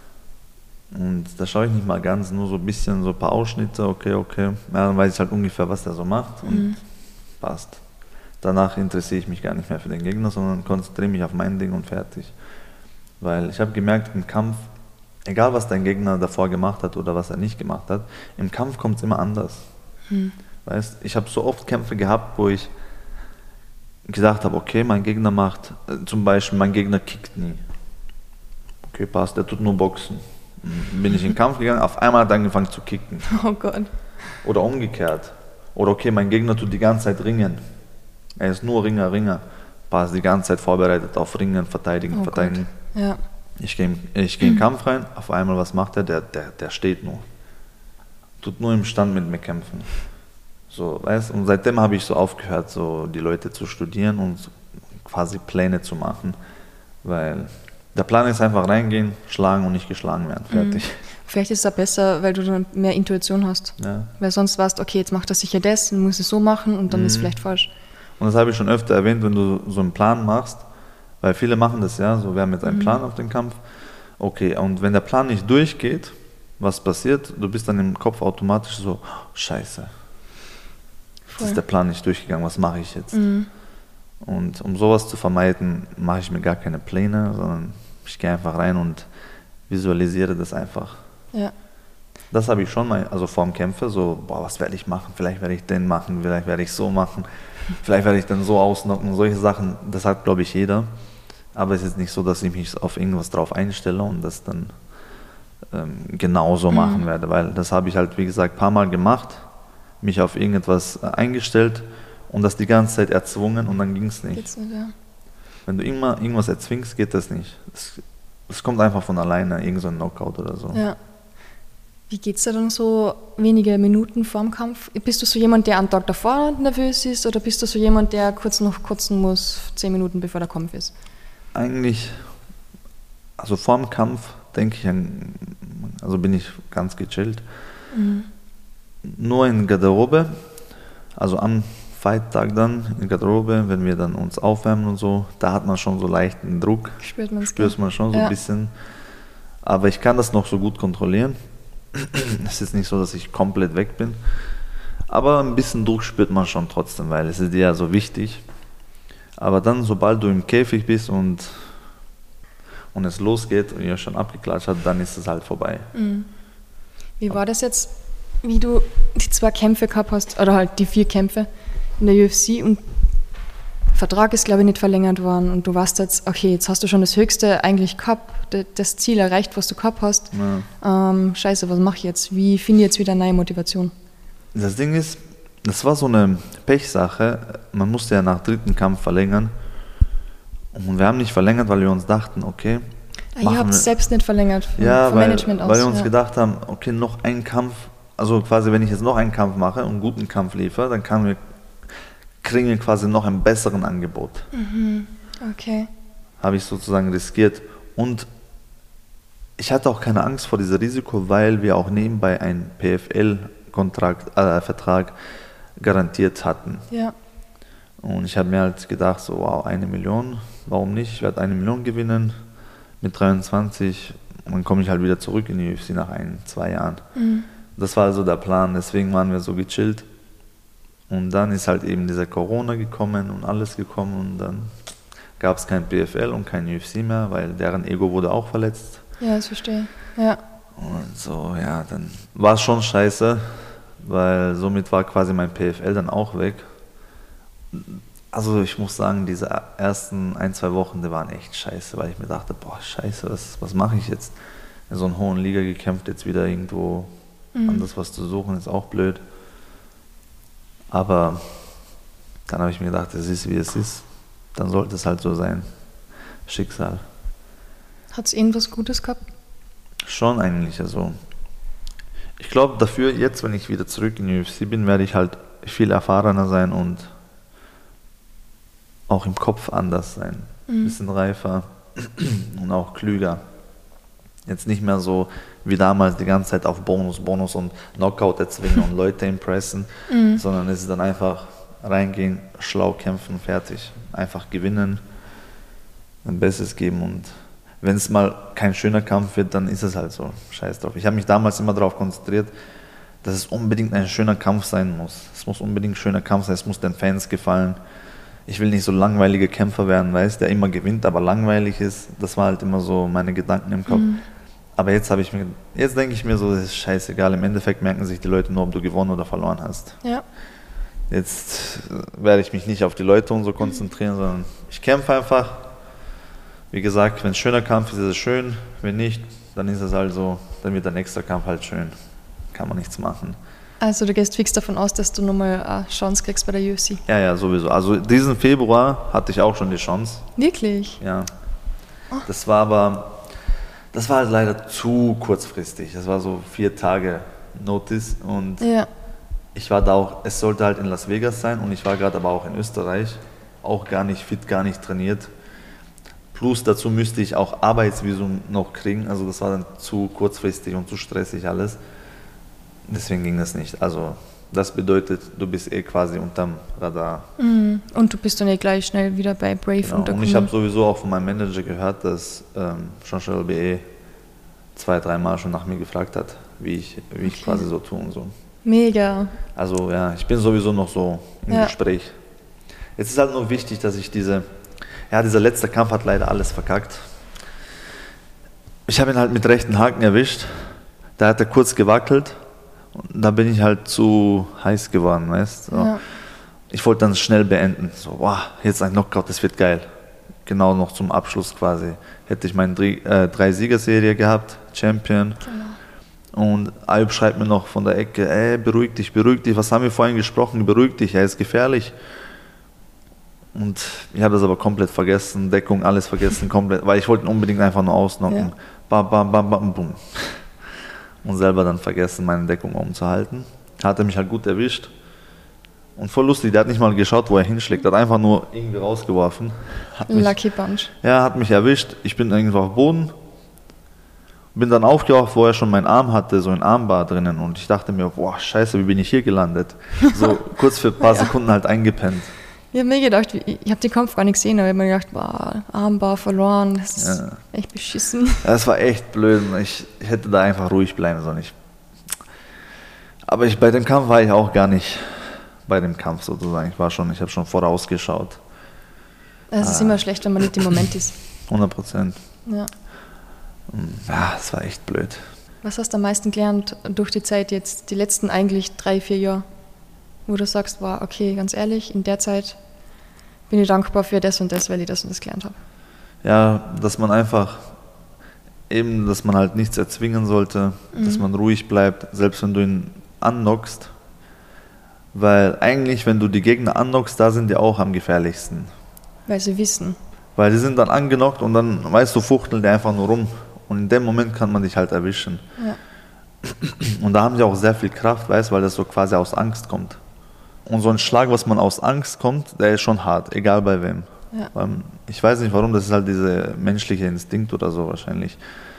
Und da schaue ich nicht mal ganz, nur so ein bisschen, so ein paar Ausschnitte, okay, okay. Ja, dann weiß ich halt ungefähr, was der so macht und Mhm. passt. Danach interessiere ich mich gar nicht mehr für den Gegner, sondern konzentriere mich auf mein Ding und fertig. Weil ich habe gemerkt, im Kampf, egal was dein Gegner davor gemacht hat oder was er nicht gemacht hat, im Kampf kommt es immer anders. Mhm. Weißt, ich habe so oft Kämpfe gehabt, wo ich gedacht habe, okay, mein Gegner macht, äh, zum Beispiel, mein Gegner kickt nie. Okay, passt, der tut nur Boxen. Bin ich in den Kampf gegangen, auf einmal hat er angefangen zu kicken. Oh Gott. Oder umgekehrt. Oder okay, mein Gegner tut die ganze Zeit ringen. Er ist nur Ringer, Ringer. Passt die ganze Zeit vorbereitet auf Ringen, verteidigen, Oh verteidigen. Gott. Ja. Ich gehe ich geh in den Kampf rein, auf einmal, was macht er? Der, der, der steht nur. Tut nur im Stand mit mir kämpfen. So, weißt? Und seitdem habe ich so aufgehört, so die Leute zu studieren und so quasi Pläne zu machen. Weil der Plan ist einfach reingehen, schlagen und nicht geschlagen werden. Fertig. Mhm. Vielleicht ist es auch besser, weil du dann mehr Intuition hast. Ja. Weil sonst weißt, okay, jetzt macht er sicher das, dann muss es so machen und dann Mhm. ist es vielleicht falsch. Und das habe ich schon öfter erwähnt, wenn du so einen Plan machst, weil viele machen das ja, so wir haben jetzt einen Mhm. Plan auf den Kampf. Okay, und wenn der Plan nicht durchgeht, was passiert? Du bist dann im Kopf automatisch so, oh, scheiße, jetzt Voll. ist der Plan nicht durchgegangen, was mache ich jetzt? Mhm. Und um sowas zu vermeiden, mache ich mir gar keine Pläne, sondern ich gehe einfach rein und visualisiere das einfach. Ja. Das habe ich schon mal, also vor dem Kämpfe, so, boah, was werde ich machen? Vielleicht werde ich den machen, vielleicht werde ich so machen, vielleicht werde ich dann so ausnocken, solche Sachen, das hat, glaube ich, jeder. Aber es ist nicht so, dass ich mich auf irgendwas drauf einstelle und das dann ähm, genauso Mhm. machen werde, weil das habe ich halt, wie gesagt, ein paar Mal gemacht, mich auf irgendetwas äh, eingestellt und das die ganze Zeit erzwungen und dann ging es nicht. Geht's nicht, ja. Wenn du immer irgendwas erzwingst, geht das nicht. Es, es kommt einfach von alleine, irgend so ein Knockout oder so. Ja. Wie geht's dir dann so wenige Minuten vorm Kampf? Bist du so jemand, der am Tag davor nervös ist oder bist du so jemand, der kurz noch kotzen muss, zehn Minuten bevor der Kampf ist? Eigentlich, also vor dem Kampf denke ich, an, also bin ich ganz gechillt. Mhm. Nur in Garderobe, also am Fight-Tag dann in Garderobe, wenn wir dann uns aufwärmen und so, da hat man schon so leichten Druck, Spürt man es? spürst man schon so Ja. ein bisschen. Aber ich kann das noch so gut kontrollieren. Es ist nicht so, dass ich komplett weg bin. Aber ein bisschen Druck spürt man schon trotzdem, weil es ist dir ja so wichtig. Aber dann, sobald du im Käfig bist und, und es losgeht und ihr schon abgeklatscht habt, dann ist es halt vorbei. Mhm. Wie war das jetzt, wie du die zwei Kämpfe gehabt hast, oder halt die vier Kämpfe in der U F C und Vertrag ist, glaube ich, nicht verlängert worden und du warst jetzt, okay, jetzt hast du schon das Höchste eigentlich gehabt, de- das Ziel erreicht, was du gehabt hast. Ja. Ähm, scheiße, was mache ich jetzt? Wie finde ich jetzt wieder neue Motivation? Das Ding ist, das war so eine Pechsache. Man musste ja nach dritten Kampf verlängern. Und wir haben nicht verlängert, weil wir uns dachten, okay. Ah, ihr machen habt es wir- selbst nicht verlängert vom, Ja, vom weil, Management aus. weil wir uns ja. gedacht haben, okay, noch ein Kampf, also quasi, wenn ich jetzt noch einen Kampf mache und einen guten Kampf liefere, dann kann wir, kriegen wir quasi noch einen besseren Angebot. Mhm. Okay. Habe ich sozusagen riskiert. Und ich hatte auch keine Angst vor diesem Risiko, weil wir auch nebenbei einen P F L-Kontrakt, äh, Vertrag garantiert hatten. Ja. Und ich habe mir halt gedacht, so wow, eine Million, warum nicht? Ich werde eine Million gewinnen mit dreiundzwanzig und dann komme ich halt wieder zurück in die U F C nach ein, zwei Jahren. Mhm. Das war also der Plan, deswegen waren wir so gechillt. Und dann ist halt eben dieser Corona gekommen und alles gekommen und dann gab es kein P F L und kein U F C mehr, weil deren Ego wurde auch verletzt. Ja, das verstehe ich. Ja. Und so, ja, dann war es schon scheiße, weil somit war quasi mein P F L dann auch weg. Also ich muss sagen, diese ersten ein, zwei Wochen, die waren echt scheiße, weil ich mir dachte, boah, scheiße, was, was mache ich jetzt? In so einer hohen Liga gekämpft, jetzt wieder irgendwo mhm. anders was zu suchen, ist auch blöd. Aber dann habe ich mir gedacht, es ist wie es ist, dann sollte es halt so sein. Schicksal. Hat es irgendwas Gutes gehabt? Schon eigentlich, also ich glaube dafür, jetzt, wenn ich wieder zurück in die U F C bin, werde ich halt viel erfahrener sein und auch im Kopf anders sein. Ein mhm. bisschen reifer und auch klüger. Jetzt nicht mehr so wie damals die ganze Zeit auf Bonus, Bonus und Knockout erzwingen und Leute impressen, mhm. sondern es ist dann einfach reingehen, schlau kämpfen, fertig. Einfach gewinnen, ein Bestes geben und wenn es mal kein schöner Kampf wird, dann ist es halt so. Scheiß drauf. Ich habe mich damals immer darauf konzentriert, dass es unbedingt ein schöner Kampf sein muss. Es muss unbedingt ein schöner Kampf sein, es muss den Fans gefallen. Ich will nicht so langweiliger Kämpfer werden, weißt, der immer gewinnt, aber langweilig ist. Das war halt immer so meine Gedanken im Kopf. Mhm. Aber jetzt habe ich mir, jetzt denke ich mir so, das ist scheißegal. Im Endeffekt merken sich die Leute nur, ob du gewonnen oder verloren hast. Ja. Jetzt werde ich mich nicht auf die Leute und so konzentrieren, sondern ich kämpfe einfach. Wie gesagt, wenn es schöner Kampf ist, ist es schön. Wenn nicht, dann ist es halt so, dann wird der nächste Kampf halt schön. Kann man nichts machen. Also du gehst fix davon aus, dass du nochmal eine Chance kriegst bei der U F C? Ja, ja, sowieso. Also diesen Februar hatte ich auch schon die Chance. Wirklich? Ja. Oh. Das war aber, das war halt leider zu kurzfristig. Das war so vier Tage Notice und ja. ich war da auch, es sollte halt in Las Vegas sein und ich war gerade aber auch in Österreich. Auch gar nicht fit, gar nicht trainiert. Plus dazu müsste ich auch Arbeitsvisum noch kriegen, also das war dann zu kurzfristig und zu stressig alles. Deswegen ging das nicht. Also das bedeutet, du bist eh quasi unterm Radar. Mhm. Und du bist dann eh gleich schnell wieder bei Brave. Genau. Und ich habe sowieso auch von meinem Manager gehört, dass ähm, Jean-Charles B E zwei, dreimal schon nach mir gefragt hat, wie ich, wie ich okay. quasi so tue und so. Mega. Also ja, ich bin sowieso noch so im ja. Gespräch. Jetzt ist halt nur wichtig, dass ich diese... Ja, dieser letzte Kampf hat leider alles verkackt. Ich habe ihn halt mit rechten Haken erwischt. Da hat er kurz gewackelt. Und da bin ich halt zu heiß geworden, weißt du. So. Ja. Ich wollte dann schnell beenden. So, wow, jetzt ein Knockout, das wird geil. Genau noch zum Abschluss quasi. Hätte ich meine drei, äh, drei Siegerserie gehabt, Champion. Genau. Und Ayub schreibt mir noch von der Ecke, ey, beruhig dich, beruhig dich. Was haben wir vorhin gesprochen? Beruhig dich, er ist gefährlich. Und ich habe das aber komplett vergessen, Deckung, alles vergessen, komplett, weil ich wollte ihn unbedingt einfach nur ausnocken. Ja. Bam, bam, bam, bam, boom. Und selber dann vergessen, meine Deckung umzuhalten. Hat er mich halt gut erwischt. Und voll lustig, der hat nicht mal geschaut, wo er hinschlägt, der hat einfach nur irgendwie rausgeworfen. Hat mich, Lucky Punch. Ja, hat mich erwischt. Ich bin irgendwo auf Boden. Bin dann aufgewacht, wo er schon meinen Arm hatte, so ein Armbar drinnen. Und ich dachte mir, boah, scheiße, wie bin ich hier gelandet? So kurz für ein paar ja. Sekunden halt eingepennt. Ich habe mir gedacht, ich habe den Kampf gar nicht gesehen, aber ich habe mir gedacht, boah, Armbar verloren, das ist ja. echt beschissen. Ja, das war echt blöd. Ich, ich hätte da einfach ruhig bleiben sollen. Ich, aber ich, bei dem Kampf war ich auch gar nicht bei dem Kampf sozusagen. Ich war schon, ich habe schon vorausgeschaut. Es ist ah. immer schlecht, wenn man nicht im Moment ist. hundert Prozent. Ja. Ja, das war echt blöd. Was hast du am meisten gelernt durch die Zeit jetzt, die letzten eigentlich drei, vier Jahre? Wo du sagst, wow, okay, ganz ehrlich, in der Zeit bin ich dankbar für das und das, weil ich das und das gelernt habe. Ja, dass man einfach, eben, dass man halt nichts erzwingen sollte, mhm. dass man ruhig bleibt, selbst wenn du ihn annockst, weil eigentlich, wenn du die Gegner annockst, da sind die auch am gefährlichsten. Weil sie wissen. Weil die sind dann angenockt und dann, weißt du, fuchteln die einfach nur rum und in dem Moment kann man dich halt erwischen. Ja. Und da haben sie auch sehr viel Kraft, weißt du, weil das so quasi aus Angst kommt. Und so ein Schlag, was man aus Angst kommt, der ist schon hart, egal bei wem. Ja. Ich weiß nicht warum, das ist halt dieser menschliche Instinkt oder so wahrscheinlich.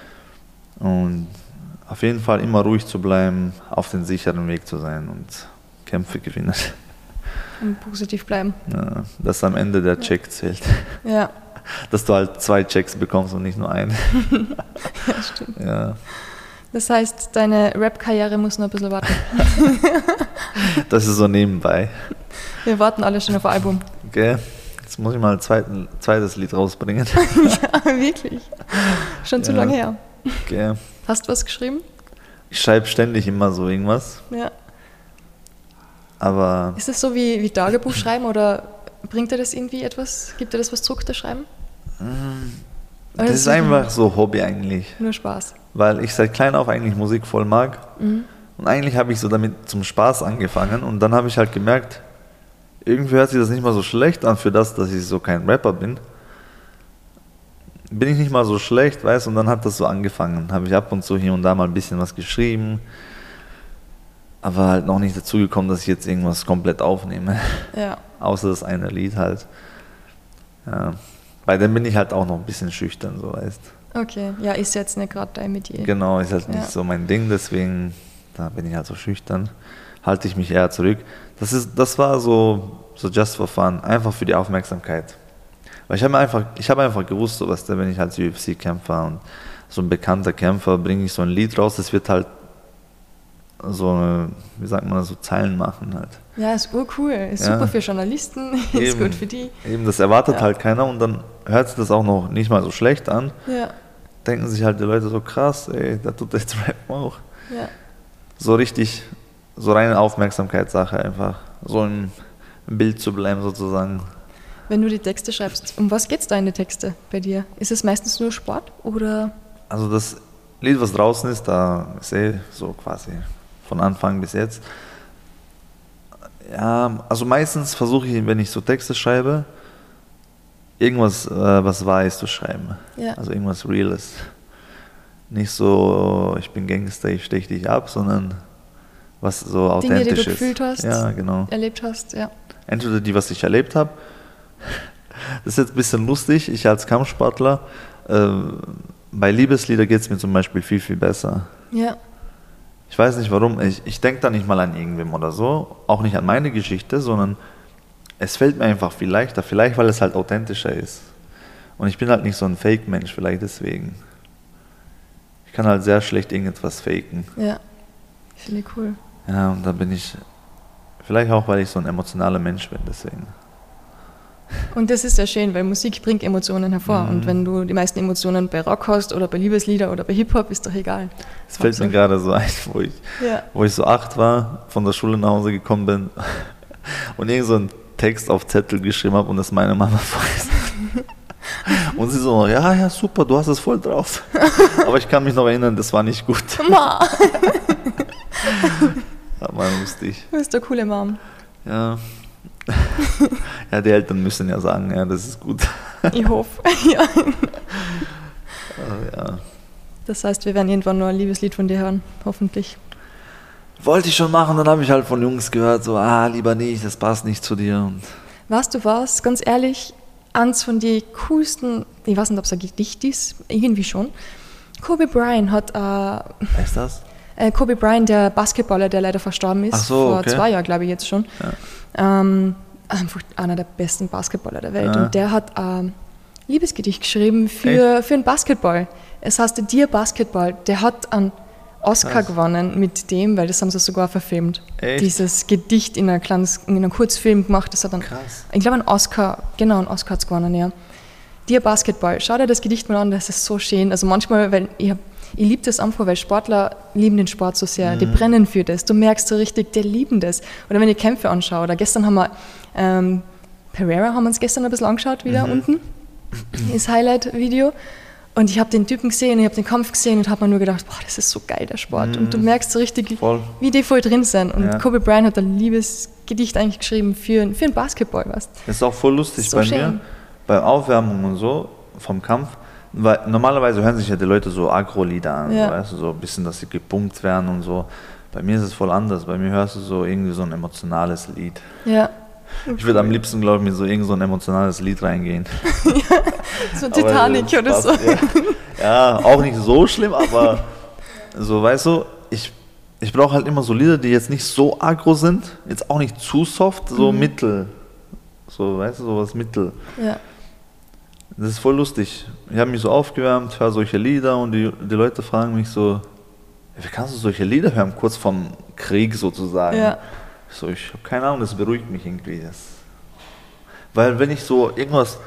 Und auf jeden Fall immer ruhig zu bleiben, auf den sicheren Weg zu sein und Kämpfe gewinnen. Und positiv bleiben. Ja, dass am Ende der Check zählt. Ja. Dass du halt zwei Checks bekommst und nicht nur einen. Ja, stimmt. Ja. Das heißt, deine Rap-Karriere muss noch ein bisschen warten. Das ist so nebenbei. Wir warten alle schon auf ein Album. Okay, jetzt muss ich mal ein zweiten, zweites Lied rausbringen. Ja, wirklich. Schon zu ja. lange her. Okay. Hast du was geschrieben? Ich schreibe ständig immer so irgendwas. Ja. Aber ist das so wie, wie Tagebuch schreiben oder bringt dir das irgendwie etwas? Gibt dir das was zurück, das Schreiben? Das ist einfach so Hobby eigentlich. Nur Spaß. Weil ich seit klein auf eigentlich Musik voll mag. Mhm. Und eigentlich habe ich so damit zum Spaß angefangen. Und dann habe ich halt gemerkt, irgendwie hört sich das nicht mal so schlecht an für das, dass ich so kein Rapper bin. Bin ich nicht mal so schlecht, weißt du? Und dann hat das so angefangen. Habe ich ab und zu hier und da mal ein bisschen was geschrieben. Aber halt noch nicht dazu gekommen, dass ich jetzt irgendwas komplett aufnehme. Ja. Außer das eine Lied halt. Ja. Bei dem bin ich halt auch noch ein bisschen schüchtern, so weißt. Okay, ja, ist jetzt nicht gerade dein Metier. Genau, ist halt ja. nicht so mein Ding, deswegen, da bin ich halt so schüchtern. Halte ich mich eher zurück. Das ist, das war so, so just for fun, einfach für die Aufmerksamkeit. Weil ich habe einfach, ich habe einfach gewusst, so was, wenn ich als U F C-Kämpfer und so ein bekannter Kämpfer, bringe ich so ein Lied raus, das wird halt so, wie sagt man, so Zeilen machen halt. Ja, ist urcool, ist ja. super für Journalisten, ist eben, gut für die. Eben, das erwartet ja. halt keiner und dann hört sich das auch noch nicht mal so schlecht an. Ja. Denken sich halt die Leute so krass, ey, da tut jetzt Rap auch. Ja. So richtig, so reine Aufmerksamkeitssache einfach, so im Bild zu bleiben sozusagen. Wenn du die Texte schreibst, um was geht's da in den Texten bei dir? Ist es meistens nur Sport oder? Also das Lied, was draußen ist, da ist eh so quasi von Anfang bis jetzt. Ja, also meistens versuche ich, wenn ich so Texte schreibe, irgendwas, äh, was Wahres zu schreiben. Ja. Also irgendwas Reales. Nicht so, ich bin Gangster, ich stech dich ab, sondern was so authentisch ist. Dinge, die du gefühlt hast, ja, genau. erlebt hast, ja. Entweder die, was ich erlebt habe. Das ist jetzt ein bisschen lustig, ich als Kampfsportler, äh, bei Liebeslieder geht es mir zum Beispiel viel, viel besser. Ja. Ich weiß nicht warum, ich, ich denke da nicht mal an irgendwem oder so, auch nicht an meine Geschichte, sondern es fällt mir einfach viel leichter, vielleicht weil es halt authentischer ist. Und ich bin halt nicht so ein Fake-Mensch, vielleicht deswegen. Ich kann halt sehr schlecht irgendetwas faken. Ja, finde ich cool. Ja, und da bin ich, vielleicht auch, weil ich so ein emotionaler Mensch bin, deswegen. Und das ist sehr schön, weil Musik bringt Emotionen hervor. Mhm. Und wenn du die meisten Emotionen bei Rock hast oder bei Liebeslieder oder bei Hip-Hop, ist doch egal. Es fällt mir gerade so ein, wo ich, ja. wo ich so acht war, von der Schule nach Hause gekommen bin und irgend so einen Text auf Zettel geschrieben habe und das meine Mama vorgesagt. Und sie so, ja, ja, super, du hast es voll drauf. Aber ich kann mich noch erinnern, das war nicht gut. Ma! Aber lustig. Du bist eine coole Mom. Ja. Ja, die Eltern müssen ja sagen, ja, das ist gut. Ich hoffe, ja. Oh, ja. Das heißt, wir werden irgendwann nur ein Liebeslied von dir hören, hoffentlich. Wollte ich schon machen, dann habe ich halt von Jungs gehört, so, ah, lieber nicht, das passt nicht zu dir. Und weißt du was, ganz ehrlich, eins von den coolsten, ich weiß nicht, ob es ein Gedicht ist, irgendwie schon. Kobe Bryant hat... Äh, Wer ist das? Äh, Kobe Bryant, der Basketballer, der leider verstorben ist, Ach so, vor okay. zwei Jahren, glaube ich, jetzt schon. Ja. Ähm, einfach einer der besten Basketballer der Welt. Ja. Und der hat ein Liebesgedicht geschrieben für, für den Basketball. Es heißt Dear Basketball. Der hat einen Oscar Krass. gewonnen mit dem, weil das haben sie sogar verfilmt. Echt? Dieses Gedicht in, einer kleines, in einem Kurzfilm gemacht. Das hat dann, Krass. Ich glaube, einen Oscar, genau, einen Oscar hat es gewonnen, ja. Dear Basketball. Schau dir das Gedicht mal an, das ist so schön. Also manchmal, weil ich habe Ich liebe das einfach, weil Sportler lieben den Sport so sehr. Mhm. Die brennen für das. Du merkst so richtig, die lieben das. Oder wenn ich Kämpfe anschaue. Oder gestern haben wir ähm, Pereira haben wir uns gestern ein bisschen angeschaut, wieder mhm. unten. Das Highlight-Video. Und ich habe den Typen gesehen, ich habe den Kampf gesehen und habe mir nur gedacht, boah, das ist so geil, der Sport. Mhm. Und du merkst so richtig, voll. wie die voll drin sind. Und ja. Kobe Bryant hat ein liebes Gedicht eigentlich geschrieben für, für den Basketball. Weißt? Das ist auch voll lustig so bei schön. mir, bei Aufwärmung und so, vom Kampf. Weil normalerweise hören sich ja die Leute so Agro-Lieder an, ja. weißt du, so ein bisschen, dass sie gepumpt werden und so. Bei mir ist es voll anders. Bei mir hörst du so irgendwie so ein emotionales Lied. Ja. Okay. Ich würde am liebsten, glaube ich, mir so irgend so ein emotionales Lied reingehen. Ja, so Titanic aber, oder so. Ja. Ja, auch nicht so schlimm, aber so, weißt du, ich, ich brauche halt immer so Lieder, die jetzt nicht so aggro sind, jetzt auch nicht zu soft, so mhm. mittel. So, weißt du, sowas mittel. Ja. Das ist voll lustig. Ich habe mich so aufgewärmt, höre solche Lieder und die, die Leute fragen mich so, wie kannst du solche Lieder hören, kurz vom Krieg sozusagen? Ja. So, ich habe keine Ahnung, das beruhigt mich irgendwie. Das. Weil wenn ich so irgendwas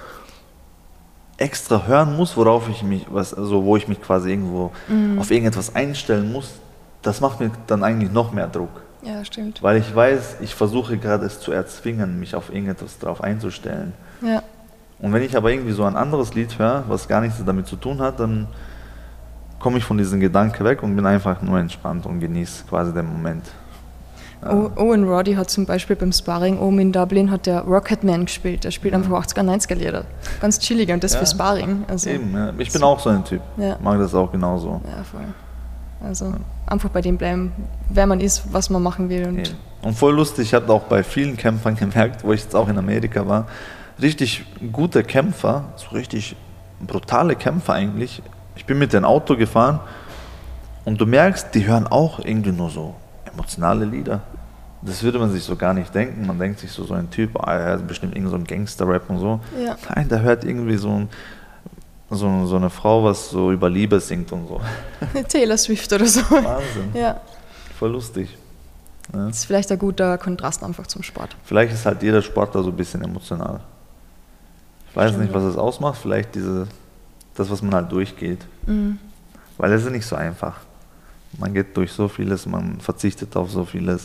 extra hören muss, worauf ich mich, was, also wo ich mich quasi irgendwo mhm. auf irgendetwas einstellen muss, das macht mir dann eigentlich noch mehr Druck. Ja, stimmt. Weil ich weiß, ich versuche gerade es zu erzwingen, mich auf irgendetwas drauf einzustellen. Ja. Und wenn ich aber irgendwie so ein anderes Lied höre, was gar nichts damit zu tun hat, dann komme ich von diesem Gedanken weg und bin einfach nur entspannt und genieße quasi den Moment. Ja. Owen Roddy hat zum Beispiel beim Sparring oben in Dublin hat der Rocketman gespielt. Der spielt einfach achtziger, neunziger Lieder. Ganz chillig und das Ja. für Sparring. Also, Eben, ja. Ich bin auch so ein Typ. Ja. Mag das auch genauso. Ja, voll. Also einfach bei dem bleiben, wer man ist, was man machen will. Und, Eben. Und voll lustig, ich habe auch bei vielen Kämpfern gemerkt, wo ich jetzt auch in Amerika war, richtig gute Kämpfer, so richtig brutale Kämpfer eigentlich. Ich bin mit dem Auto gefahren und du merkst, die hören auch irgendwie nur so emotionale Lieder. Das würde man sich so gar nicht denken. Man denkt sich so, so ein Typ, ah, er hat bestimmt irgend so ein Gangster-Rap und so. Ja. Nein, der hört irgendwie so, ein, so, so eine Frau, was so über Liebe singt und so. Taylor Swift oder so. Wahnsinn. Ja. Voll lustig. Ja. Das ist vielleicht ein guter Kontrast einfach zum Sport. Vielleicht ist halt jeder Sportler so ein bisschen emotional. Ich weiß Stimmt. nicht, was es ausmacht. Vielleicht diese, das, was man halt durchgeht. Mhm. Weil es ist nicht so einfach. Man geht durch so vieles, man verzichtet auf so vieles.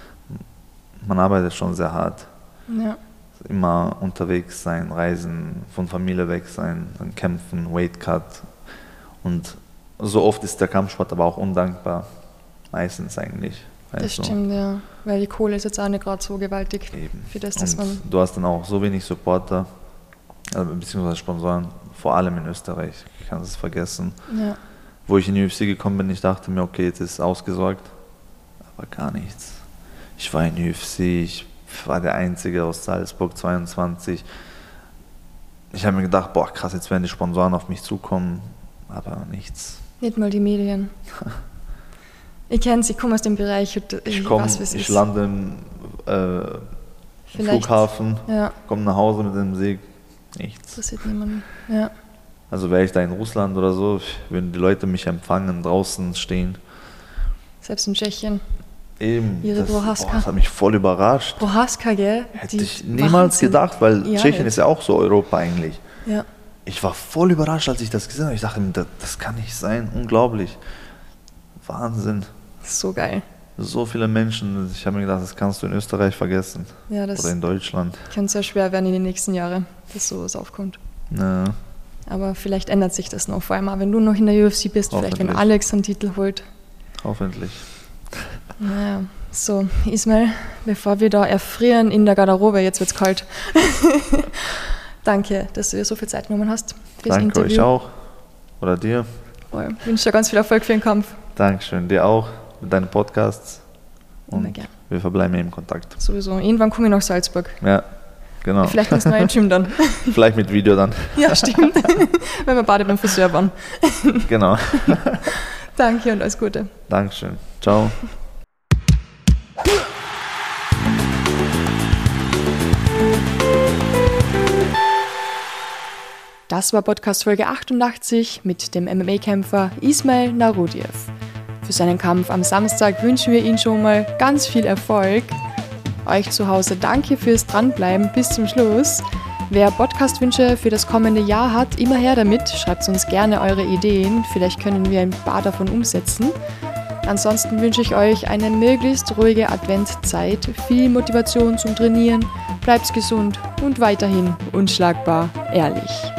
Man arbeitet schon sehr hart. Ja. Immer unterwegs sein, reisen, von Familie weg sein, dann kämpfen, Weight Cut. Und so oft ist der Kampfsport aber auch undankbar. Meistens eigentlich. Das weißt du. stimmt, ja. Weil die Kohle ist jetzt auch nicht gerade so gewaltig. Eben. Für das, dass Und man. du hast dann auch so wenig Supporter, also beziehungsweise Sponsoren, vor allem in Österreich. Ich kann es vergessen. Ja. Wo ich in die U F C gekommen bin, ich dachte mir, okay, jetzt ist ausgesorgt. Aber gar nichts. Ich war in der U F C, ich war der Einzige aus Salzburg, zweiundzwanzig. Ich habe mir gedacht, boah krass, jetzt werden die Sponsoren auf mich zukommen. Aber nichts. Nicht mal die Medien. Ich kenne es, ich komme aus dem Bereich. Und ich Ich, komm, weiß, wie es ich ist. lande im äh, Vielleicht. Flughafen, Ja, komme nach Hause mit dem Sieg. Nichts. das sieht niemand. Ja. Also wäre ich da in Russland oder so, würden die Leute mich empfangen, draußen stehen. Selbst in Tschechien. Eben, Ihre das, Prohaska. boah, das hat mich voll überrascht. Prohaska, gell? Hätte Die ich niemals Wahnsinn. gedacht, weil Ja, Tschechien nicht. ist ja auch so Europa eigentlich. Ja. Ich war voll überrascht, als ich das gesehen habe. Ich dachte mir, das, das kann nicht sein, unglaublich. Wahnsinn. So geil. So viele Menschen, ich habe mir gedacht, das kannst du in Österreich vergessen. Ja, das Oder in Deutschland. kann sehr schwer werden in den nächsten Jahren, dass sowas aufkommt. Ja, Aber vielleicht ändert sich das noch. Vor allem auch, wenn du noch in der U F C bist, vielleicht wenn Hoffentlich. Alex einen Titel holt. hoffentlich. Naja, so, Ismail, bevor wir da erfrieren in der Garderobe, jetzt wird's kalt. Danke, dass du dir so viel Zeit genommen hast fürs Danke Interview. euch auch. Oder dir. Ich wünsche dir ganz viel Erfolg für den Kampf. Dankeschön. Dir auch mit deinen Podcasts. Immer Und gern. wir verbleiben im Kontakt. Sowieso. Irgendwann komme ich nach Salzburg. Ja, genau. Vielleicht ins neue Gym dann. Vielleicht mit Video dann. Ja, stimmt. Wenn wir beide beim Friseur waren. Genau. Danke und alles Gute. Dankeschön. Ciao. Das war Podcast Folge achtundachtzig mit dem M M A-Kämpfer Ismail Narudiev. Für seinen Kampf am Samstag wünschen wir Ihnen schon mal ganz viel Erfolg. Euch zu Hause danke fürs Dranbleiben bis zum Schluss. Wer Podcast-Wünsche für das kommende Jahr hat, immer her damit. Schreibt uns gerne eure Ideen. Vielleicht können wir ein paar davon umsetzen. Ansonsten wünsche ich euch eine möglichst ruhige Adventzeit, viel Motivation zum Trainieren, bleibt gesund und weiterhin unschlagbar ehrlich.